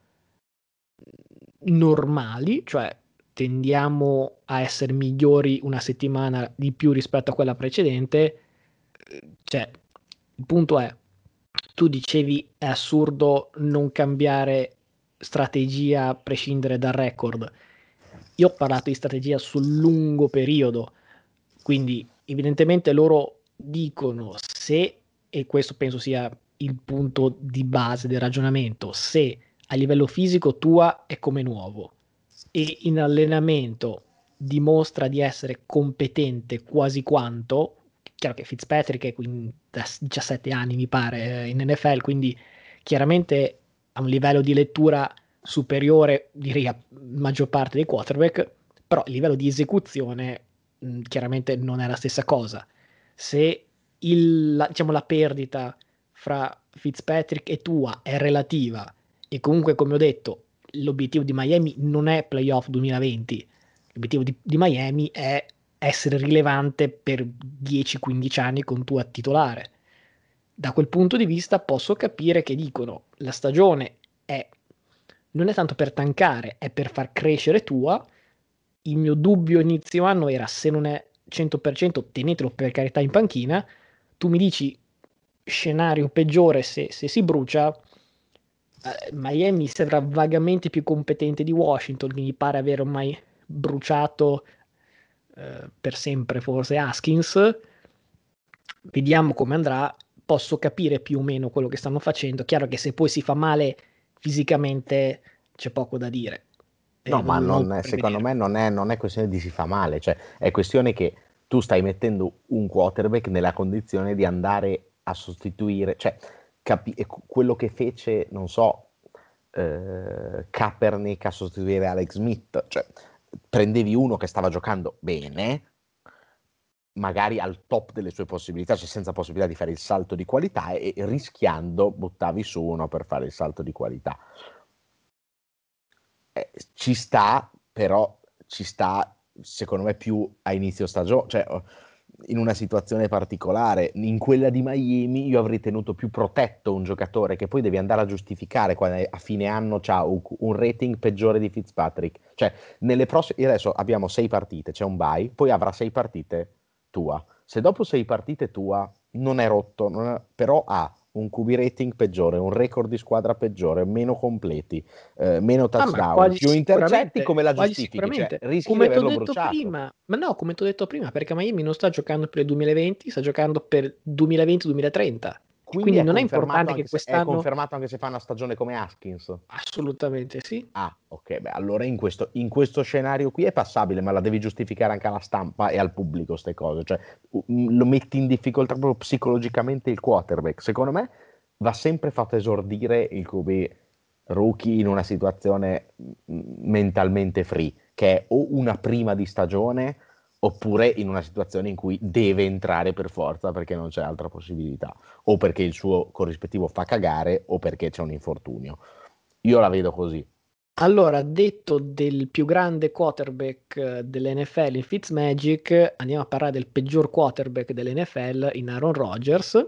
normali, cioè tendiamo a essere migliori una settimana di più rispetto a quella precedente. Eh, Cioè, il punto è, tu dicevi è assurdo non cambiare strategia a prescindere dal record. Io ho parlato di strategia sul lungo periodo, quindi evidentemente loro dicono se, e questo penso sia il punto di base del ragionamento, se a livello fisico Tua è come nuovo e in allenamento dimostra di essere competente quasi quanto, chiaro che Fitzpatrick è quindi da diciassette anni mi pare eh, in N F L, quindi chiaramente ha un livello di lettura superiore, direi a maggior parte dei quarterback, però il livello di esecuzione mh, chiaramente non è la stessa cosa. Se il- la, diciamo, la perdita fra Fitzpatrick e Tua è relativa, e comunque, come ho detto, l'obiettivo di Miami non è playoff duemilaventi, l'obiettivo di, di Miami è essere rilevante per dieci quindici anni con Tua titolare. Da quel punto di vista posso capire che dicono la stagione è, non è tanto per tankare, è per far crescere Tua. Il mio dubbio inizio anno era se non è cento per cento tenetelo per carità in panchina. Tu mi dici scenario peggiore se, se si brucia, eh, Miami sembra vagamente più competente di Washington, che mi pare aver ormai bruciato eh, per sempre forse Haskins. Vediamo come andrà. Posso capire più o meno quello che stanno facendo. Chiaro che se poi si fa male fisicamente c'è poco da dire. No, E ma non, non lo non puoi è- secondo prevedere. me non è, non è questione di si fa male, cioè è questione che tu stai mettendo un quarterback nella condizione di andare a sostituire, cioè capi- quello che fece, non so, eh, Kaepernick a sostituire Alex Smith, cioè prendevi uno che stava giocando bene, magari al top delle sue possibilità, cioè senza possibilità di fare il salto di qualità, e, e rischiando buttavi su uno per fare il salto di qualità. Eh, ci sta, però ci sta secondo me più a inizio stagione, cioè in una situazione particolare. In quella di Miami io avrei tenuto più protetto un giocatore che poi devi andare a giustificare quando a fine anno c'ha un, un rating peggiore di Fitzpatrick. Cioè nelle prossime, adesso abbiamo sei partite, c'è un bye, poi avrà sei partite tua. Se dopo sei partite tua non è rotto, non è, però ha un Q B rating peggiore, un record di squadra peggiore, meno completi, eh, meno Ah, ma touchdown, quasi più intercetti, sicuramente, come la quasi giustifichi? Cioè, sicuramente. rischi di Come ti ho averlo detto bruciato. prima, ma no, come ti ho detto prima, perché Miami non sta giocando per il duemilaventi, sta giocando per duemilaventi-duemilatrenta. E Quindi quindi è non è confermato importante che anche se, è quest'anno. confermato anche se fa una stagione come Haskins? Assolutamente sì. Ah, ok, beh, allora in questo, in questo scenario qui è passabile, ma la devi giustificare anche alla stampa e al pubblico, queste cose. Cioè, u- lo metti in difficoltà proprio psicologicamente il quarterback. Secondo me va sempre fatto esordire il Q B rookie in una situazione mm, mentalmente free, che è o una prima di stagione oppure in una situazione in cui deve entrare per forza perché non c'è altra possibilità, o perché il suo corrispettivo fa cagare o perché c'è un infortunio. Io la vedo così. Allora, detto del più grande quarterback eh, dell'N F L in Fitzmagic, andiamo a parlare del peggior quarterback dell'N F L in Aaron Rodgers,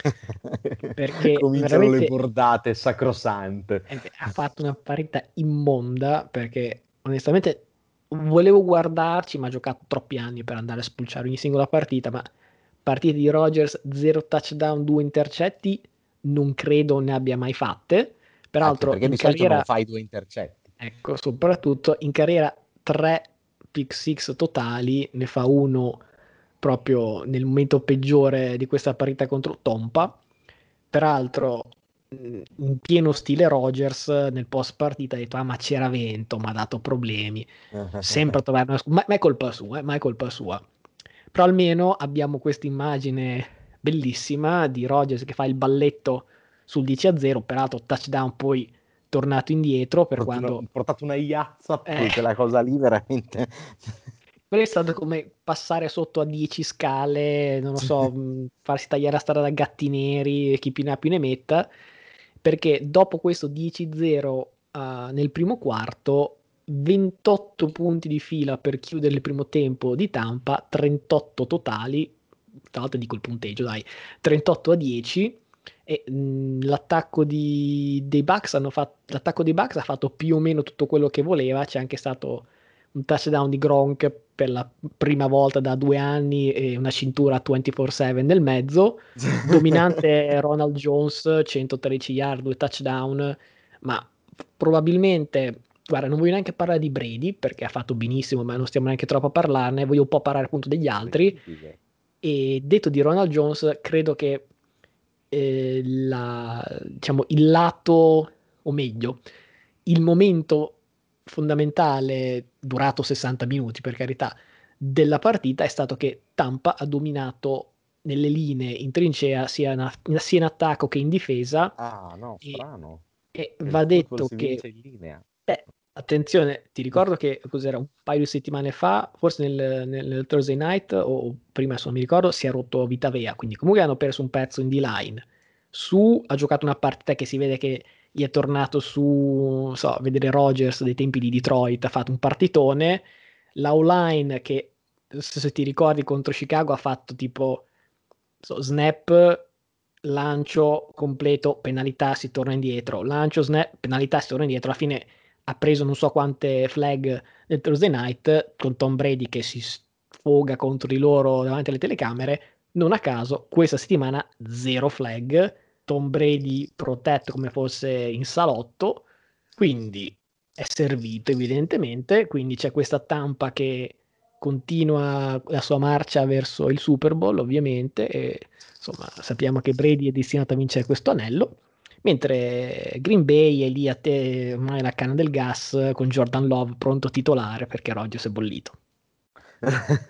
perché Cominciano le veramente bordate sacrosante. eh beh, ha fatto una partita immonda, perché onestamente volevo guardarci, ma ha giocato troppi anni per andare a spulciare ogni singola partita, ma partite di Rodgers, zero touchdown, due intercetti, non credo ne abbia mai fatte. Anche Peraltro perché in di solito non carriera, fai due intercetti. ecco, soprattutto in carriera tre pick six totali, ne fa uno proprio nel momento peggiore di questa partita contro Tompa. Peraltro, mh, in pieno stile Rodgers, nel post partita ha detto: Ah, ma c'era vento, mi ha dato problemi. Sempre a trovare una scusa, ma, ma è colpa sua, eh, ma è colpa sua. Però almeno abbiamo questa immagine bellissima di Rodgers che fa il balletto sul dieci a zero, peraltro touchdown poi tornato indietro per Portato una, quando portato una iazza, eh, quella cosa lì veramente. quello è stato come passare sotto a dieci scale, non lo so, mh, farsi tagliare la strada da gatti neri, e chi più ne ha più ne metta, perché dopo questo dieci a zero uh, nel primo quarto, ventotto punti di fila per chiudere il primo tempo di Tampa, trentotto totali, tra l'altro dico il punteggio, dai, trentotto a dieci, e mh, l'attacco di- dei Bucks hanno fatto, l'attacco dei Bucks ha fatto più o meno tutto quello che voleva, c'è anche stato un touchdown di Gronk per la prima volta da due anni e una cintura ventiquattro sette nel mezzo. Dominante Ronald Jones, centotredici yard, due touchdown, ma probabilmente, guarda, non voglio neanche parlare di Brady perché ha fatto benissimo, ma non stiamo neanche troppo a parlarne, voglio un po' parlare appunto degli altri. E detto di Ronald Jones, credo che eh, la- diciamo, il lato, o meglio, il momento fondamentale, durato sessanta minuti per carità, della partita è stato che Tampa ha dominato nelle linee in trincea sia in, sia in attacco che in difesa Ah, no, e, strano. e Il va football detto si che, vince in linea. eh, attenzione, ti ricordo che cos'era un paio di settimane fa, forse nel, nel- nel Thursday night o prima adesso non mi ricordo, si è rotto Vitavea, quindi comunque hanno perso un pezzo in D-line. Su ha giocato una partita che si vede che gli è tornato su, non so, a vedere Rodgers dei tempi di Detroit, ha fatto un partitone. La O-line che, se se ti ricordi, contro Chicago ha fatto tipo so, snap, lancio completo, penalità, si torna indietro, lancio, snap, penalità, si torna indietro. Alla fine ha preso non so quante flag nel Thursday night con Tom Brady che si sfoga contro di loro davanti alle telecamere. Non a caso, questa settimana zero flag, Tom Brady protetto come fosse in salotto, quindi è servito evidentemente, quindi c'è questa Tampa che continua la sua marcia verso il Super Bowl ovviamente e insomma sappiamo che Brady è destinato a vincere questo anello, mentre Green Bay è lì a te ormai la canna del gas con Jordan Love pronto titolare perché Rodgers è bollito.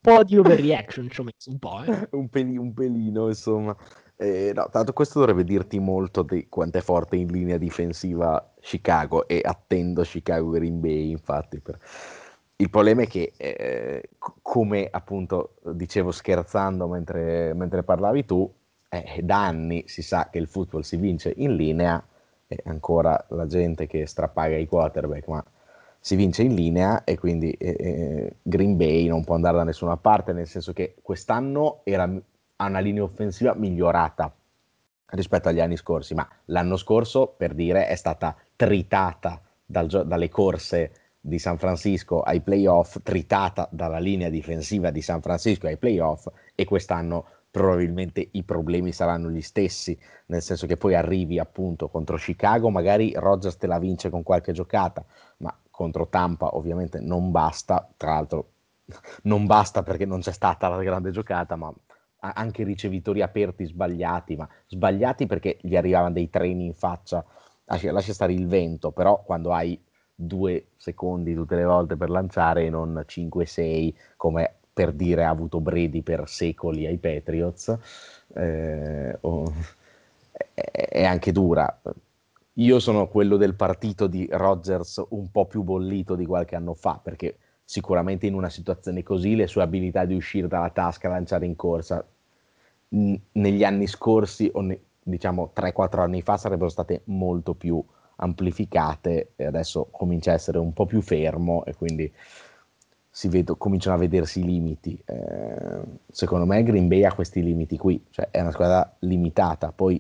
po' di overreaction ci ho messo, un po', eh. un, peli- un pelino, insomma. Eh, no, tanto questo dovrebbe dirti molto di quanto è forte in linea difensiva Chicago, e attendo Chicago Green Bay, infatti. Per... Il problema è che, eh, c- come appunto dicevo scherzando mentre, mentre parlavi tu, eh, da anni si sa che il football si vince in linea, e ancora la gente che strapaga i quarterback, ma si vince in linea, e quindi eh, Green Bay non può andare da nessuna parte, nel senso che quest'anno era, ha una linea offensiva migliorata rispetto agli anni scorsi, ma l'anno scorso, per dire, è stata tritata dal, dalle corse di San Francisco ai playoff, tritata dalla linea difensiva di San Francisco ai playoff, e quest'anno probabilmente i problemi saranno gli stessi, nel senso che poi arrivi appunto contro Chicago, magari Rodgers te la vince con qualche giocata, ma contro Tampa ovviamente non basta, tra l'altro non basta perché non c'è stata la grande giocata, ma anche ricevitori aperti sbagliati, ma sbagliati perché gli arrivavano dei treni in faccia, lascia, lascia stare il vento, però quando hai due secondi tutte le volte per lanciare e non cinque sei, come per dire ha avuto Brady per secoli ai Patriots, eh, oh, è, è anche dura. Io sono quello del partito di Rodgers un po' più bollito di qualche anno fa, perché sicuramente in una situazione così le sue abilità di uscire dalla tasca, lanciare in corsa, mh, negli anni scorsi o ne, diciamo tre quattro anni fa sarebbero state molto più amplificate, e adesso comincia a essere un po' più fermo, e quindi si vedo, cominciano a vedersi i limiti. Eh, secondo me Green Bay ha questi limiti qui, cioè è una squadra limitata, poi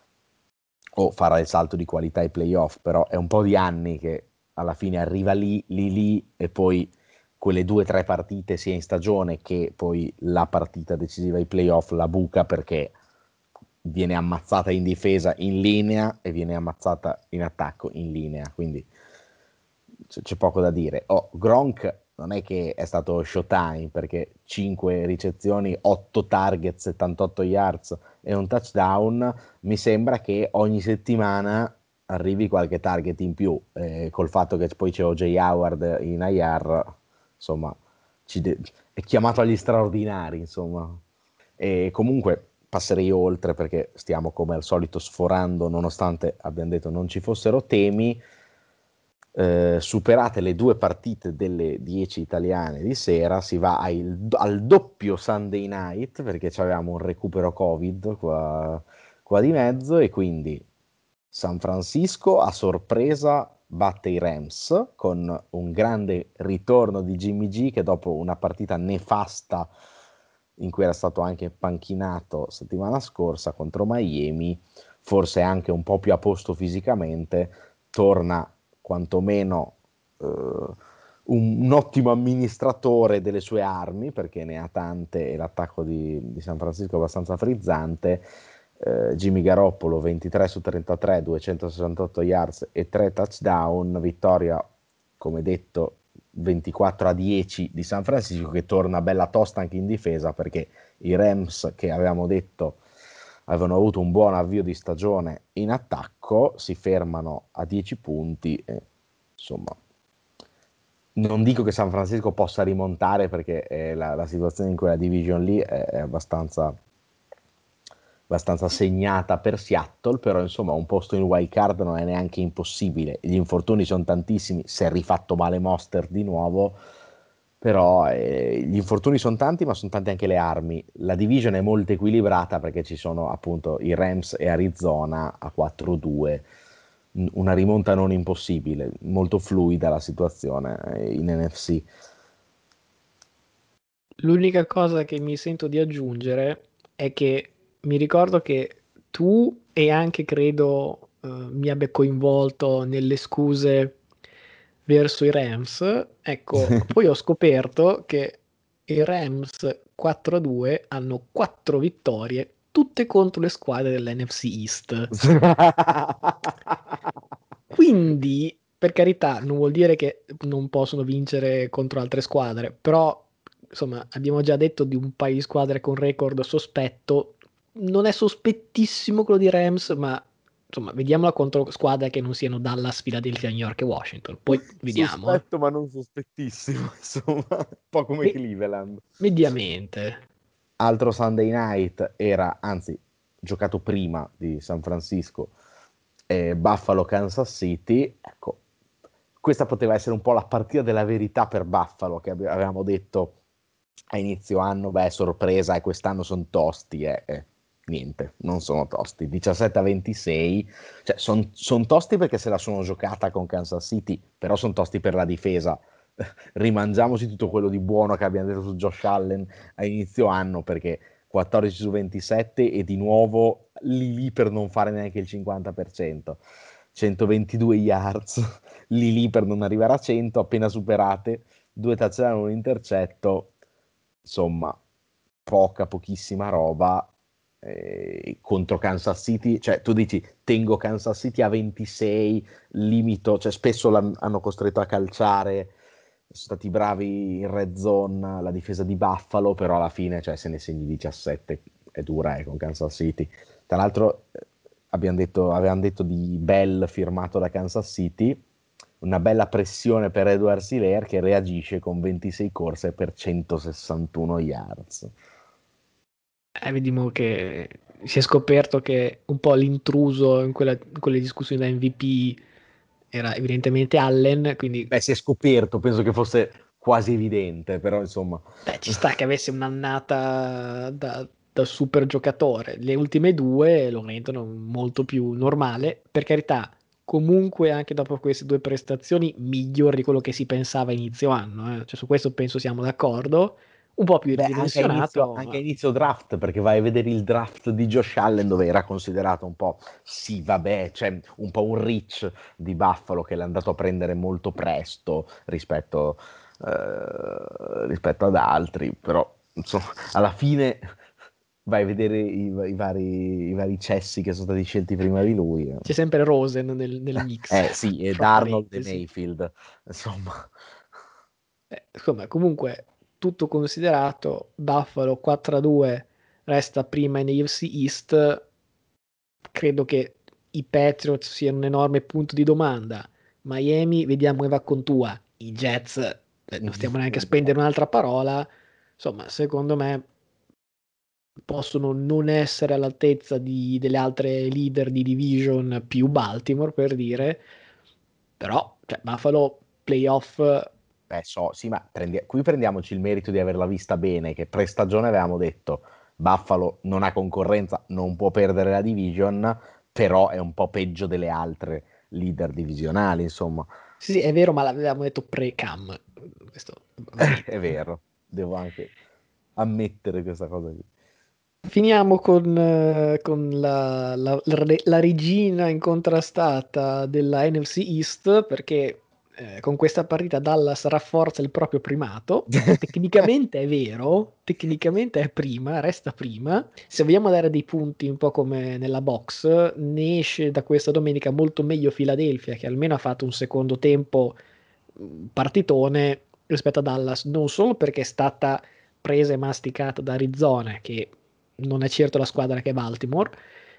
o farà il salto di qualità ai playoff, però è un po' di anni che alla fine arriva lì, lì, lì, e poi quelle due o tre partite sia in stagione che poi la partita decisiva ai playoff la buca, perché viene ammazzata in difesa in linea e viene ammazzata in attacco in linea, quindi c- c'è poco da dire. Oh, Gronk non è che è stato showtime, perché cinque ricezioni, otto target, settantotto yards e un touchdown, mi sembra che ogni settimana arrivi qualche target in più, eh, col fatto che poi c'è O J Howard in I R, insomma, ci de- è chiamato agli straordinari, insomma. E comunque passerei oltre, perché stiamo come al solito sforando, nonostante abbiamo detto non ci fossero temi. Eh, superate le due partite delle dieci italiane di sera, si va ai, al doppio Sunday night, perché avevamo un recupero Covid qua, qua di mezzo, e quindi San Francisco a sorpresa batte i Rams con un grande ritorno di Jimmy G, che dopo una partita nefasta in cui era stato anche panchinato settimana scorsa contro Miami, forse anche un po' più a posto fisicamente, torna quantomeno eh, un, un ottimo amministratore delle sue armi, perché ne ha tante e l'attacco di, di San Francisco è abbastanza frizzante. eh, Jimmy Garoppolo ventitré su trentatré, duecentosessantotto yards e tre touchdown, vittoria come detto ventiquattro a dieci di San Francisco, che torna bella tosta anche in difesa, perché i Rams, che avevamo detto avevano avuto un buon avvio di stagione in attacco, si fermano a dieci punti, e, insomma, non dico che San Francisco possa rimontare, perché eh, la, la situazione in quella division lì è, è abbastanza, abbastanza segnata per Seattle, però insomma un posto in wild card non è neanche impossibile. Gli infortuni sono tantissimi, si è rifatto male Monster di nuovo, però eh, gli infortuni sono tanti, ma sono tante anche le armi. La division è molto equilibrata, perché ci sono appunto i Rams e Arizona a quattro due, una rimonta non impossibile, molto fluida la situazione eh, in N F C. L'unica cosa che mi sento di aggiungere è che mi ricordo che tu e anche credo eh, mi abbia coinvolto nelle scuse verso i Rams. Ecco, poi ho scoperto che i Rams quattro a due hanno quattro vittorie, tutte contro le squadre dell'N F C East. Quindi, per carità, non vuol dire che non possono vincere contro altre squadre, però, insomma, abbiamo già detto di un paio di squadre con record sospetto. Non è sospettissimo quello di Rams, ma insomma, vediamola contro squadre che non siano Dallas, Philadelphia, New York e Washington. Poi vediamo. Eh. Sospetto, ma non sospettissimo, insomma, un po' come Me- Cleveland. mediamente. Altro Sunday night era, anzi, giocato prima di San Francisco, eh, Buffalo Kansas City. Ecco, questa poteva essere un po' la partita della verità per Buffalo, che avevamo detto a inizio anno, beh, sorpresa, e quest'anno sono tosti, eh, eh. Niente, non sono tosti. diciassette a ventisei, cioè sono son tosti perché se la sono giocata con Kansas City, però sono tosti per la difesa. Rimangiamoci tutto quello di buono che abbiamo detto su Josh Allen a inizio anno, perché quattordici su ventisette e di nuovo lì lì per non fare neanche il cinquanta per cento. centoventidue yards, lì lì per non arrivare a cento, appena superate, due touchdown, un intercetto, insomma, poca, pochissima roba. Eh, contro Kansas City, cioè tu dici tengo Kansas City a ventisei, limito, cioè spesso l'hanno costretto a calciare, sono stati bravi in red zone la difesa di Buffalo, però alla fine, cioè, se ne segni diciassette è dura, eh, con Kansas City. Tra l'altro eh, abbiamo detto, avevamo detto di Bell firmato da Kansas City, una bella pressione per Edward Hilaire che reagisce con ventisei corse per centosessantuno yards. Eh, vediamo che si è scoperto che un po' l'intruso in, quella- in quelle discussioni da M V P era evidentemente Allen, quindi Beh, si è scoperto, penso che fosse quasi evidente, però insomma... beh, ci sta che avesse un'annata da, da super giocatore. Le ultime due lo rendono molto più normale. Per carità, comunque anche dopo queste due prestazioni migliori di quello che si pensava a inizio anno. Eh. Cioè, su questo penso siamo d'accordo. Un po' più Beh, anche a inizio, ridimensionato, anche a ma inizio draft, perché vai a vedere il draft di Josh Allen dove era considerato un po', sì, vabbè, c'è un po' un reach di Buffalo che l'è andato a prendere molto presto rispetto, eh, rispetto ad altri, però insomma, alla fine vai a vedere i, i vari, i vari cessi che sono stati scelti prima di lui. c'è sempre Rosen nel, nel mix, Eh sì, e fra Darnold e parentesi. Mayfield, insomma. Eh, insomma, comunque, tutto considerato, Buffalo quattro a due resta prima in A F C East. Credo che i Patriots siano un enorme punto di domanda. Miami, vediamo che va con tua. I Jets, eh, non stiamo neanche a spendere un'altra parola. Insomma, secondo me possono non essere all'altezza di- delle altre leader di division più Baltimore, per dire. Però, cioè, Buffalo playoff. Beh, so, sì, ma prendi- qui prendiamoci il merito di averla vista bene, che pre-stagione avevamo detto Buffalo non ha concorrenza, non può perdere la division, però è un po' peggio delle altre leader divisionali, insomma. Sì, sì, è vero, ma l'avevamo detto pre-cam. Questo va È detto. vero, devo anche ammettere questa cosa qui. Finiamo con, eh, con la, la- la re- la regina incontrastata della N F C East, perché eh, con questa partita Dallas rafforza il proprio primato. Tecnicamente è vero, tecnicamente è prima, resta prima. Se vogliamo dare dei punti un po' come nella box, ne esce da questa domenica molto meglio Philadelphia, che almeno ha fatto un secondo tempo mh, partitone rispetto a Dallas, non solo perché è stata presa e masticata da Arizona, che non è certo la squadra che è Baltimore,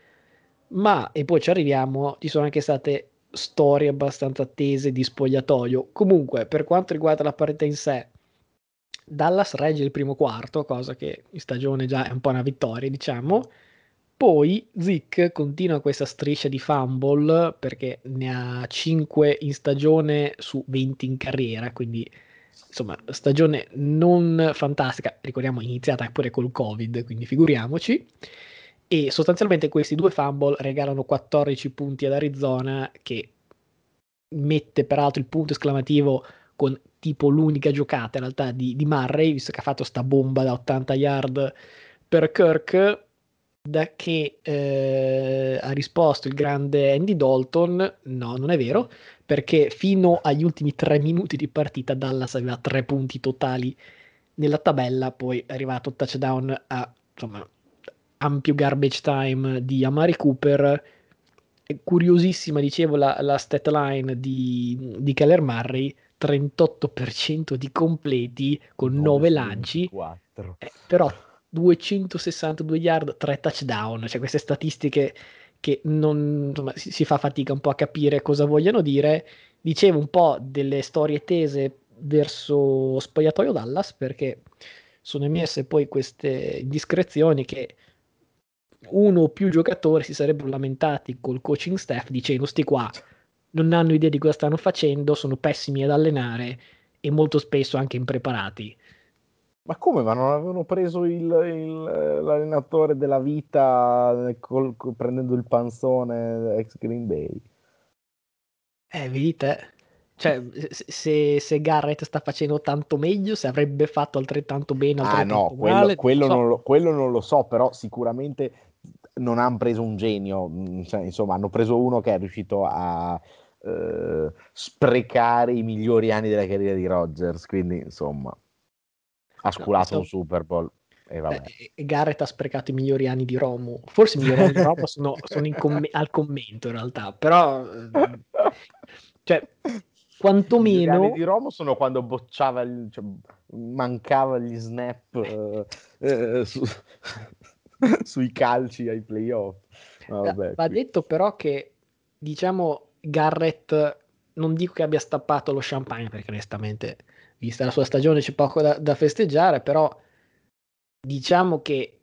ma, e poi ci arriviamo, ci sono anche state storie abbastanza attese di spogliatoio. Comunque, per quanto riguarda la partita in sé, Dallas regge il primo quarto, cosa che in stagione già è un po' una vittoria, diciamo. Poi Zick continua questa striscia di fumble perché ne ha cinque in stagione su venti in carriera, quindi insomma, stagione non fantastica, ricordiamo iniziata pure col Covid, quindi figuriamoci. E sostanzialmente questi due fumble regalano quattordici punti ad Arizona, che mette peraltro il punto esclamativo con tipo l'unica giocata in realtà di, di Murray, visto che ha fatto sta bomba da ottanta yard per Kirk, da che eh, ha risposto il grande Andy Dalton, no, non è vero, perché fino agli ultimi tre minuti di partita Dallas aveva tre punti totali nella tabella, poi è arrivato il touchdown a insomma, ampio garbage time di Amari Cooper. È curiosissima, dicevo, la, la stat line di, di Kyler Murray, trentotto per cento di completi con nove nove su lanci, ventiquattro. eh, però duecentosessantadue yard, tre touchdown, cioè queste statistiche che non, insomma, si, si fa fatica un po' a capire cosa vogliano dire. Dicevo un po' delle storie tese verso Spogliatoio Dallas, perché sono emerse poi queste indiscrezioni che uno o più giocatori si sarebbero lamentati col coaching staff dicendo sti qua non hanno idea di cosa stanno facendo, sono pessimi ad allenare e molto spesso anche impreparati. Ma come? Ma non avevano preso il, il- l'allenatore della vita col- col- prendendo il panzone ex Green Bay? Eh, vedi te. Cioè, se, se Garrett sta facendo tanto meglio, se avrebbe fatto altrettanto bene, Ah no, altrettanto quello, male, non lo quello non so. lo, quello non lo so, però sicuramente non hanno preso un genio, mm, cioè, insomma, hanno preso uno che è riuscito a eh, sprecare i migliori anni della carriera di Rodgers, quindi insomma, ha No, sculato un questo, Super Bowl e beh, vabbè. Garrett ha sprecato i migliori anni di Romo. Forse i migliori anni di Romo sono, sono in comm- al commento in realtà, però, eh, cioè, I migliori anni quantomeno di Romo sono quando bocciava, il- cioè, mancava gli snap eh, eh, su- sui calci ai playoff. Ma Eh, vabbè, Va qui. detto però che, diciamo, Garrett, non dico che abbia stappato lo champagne, perché onestamente, vista la sua stagione, c'è poco da, da festeggiare, però diciamo che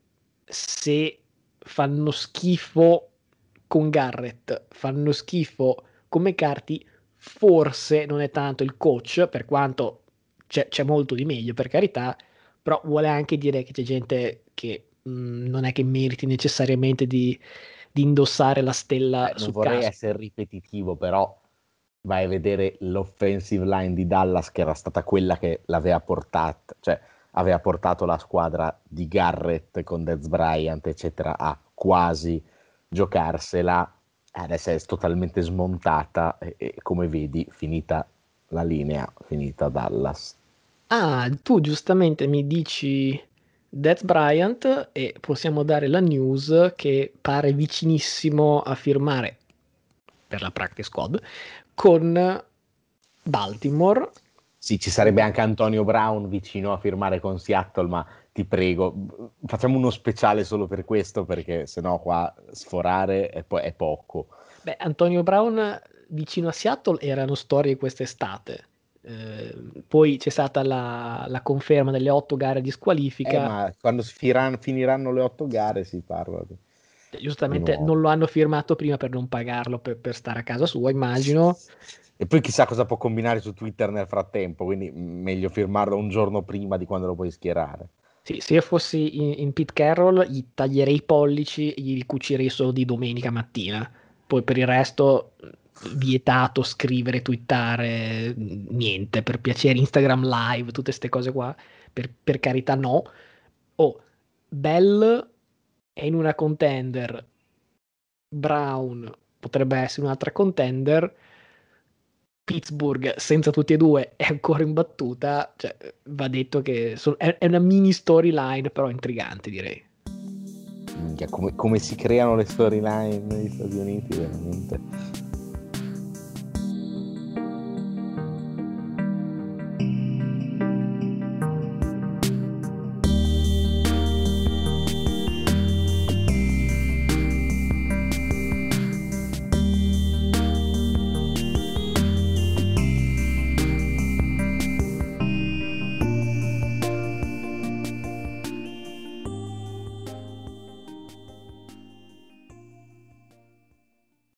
se fanno schifo con Garrett, fanno schifo come carti, forse non è tanto il coach, per quanto c'è c'è molto di meglio, per carità, però vuole anche dire che c'è gente che mh, non è che meriti necessariamente di, di indossare la stella Eh, non sul vorrei casco. essere ripetitivo, però vai a vedere l'offensive line di Dallas, che era stata quella che l'aveva portata, cioè aveva portato la squadra di Garrett con Dez Bryant, eccetera, a quasi giocarsela. Adesso è totalmente smontata e, e come vedi, finita la linea, finita Dallas. Ah, tu giustamente mi dici Dez Bryant e possiamo dare la news che pare vicinissimo a firmare per la practice squad con Baltimore. Sì, ci sarebbe anche Antonio Brown vicino a firmare con Seattle, ma ti prego, facciamo uno speciale solo per questo, perché sennò qua sforare è, po- è poco. Beh, Antonio Brown vicino a Seattle erano storie quest'estate. Eh, poi c'è stata la, la conferma delle otto gare di Eh, squalifica. ma quando si firan- finiranno le otto gare si parla di, di Giustamente nuovo. non lo hanno firmato prima per non pagarlo per, per stare a casa sua, immagino. E poi chissà cosa può combinare su Twitter nel frattempo, quindi meglio firmarlo un giorno prima di quando lo puoi schierare. Sì, se io fossi in, in Pete Carroll, gli taglierei i pollici e gli ricucirei solo di domenica mattina. Poi per il resto, vietato scrivere, twittare, niente, per piacere, Instagram Live, tutte queste cose qua. Per, per carità, no. Oh, Bell è in una contender. Brown potrebbe essere un'altra contender. Pittsburgh senza tutti e due è ancora in battuta, cioè, va detto che so- è, è una mini storyline, però intrigante, direi. Minchia, come, come si creano le storyline negli Stati Uniti, veramente.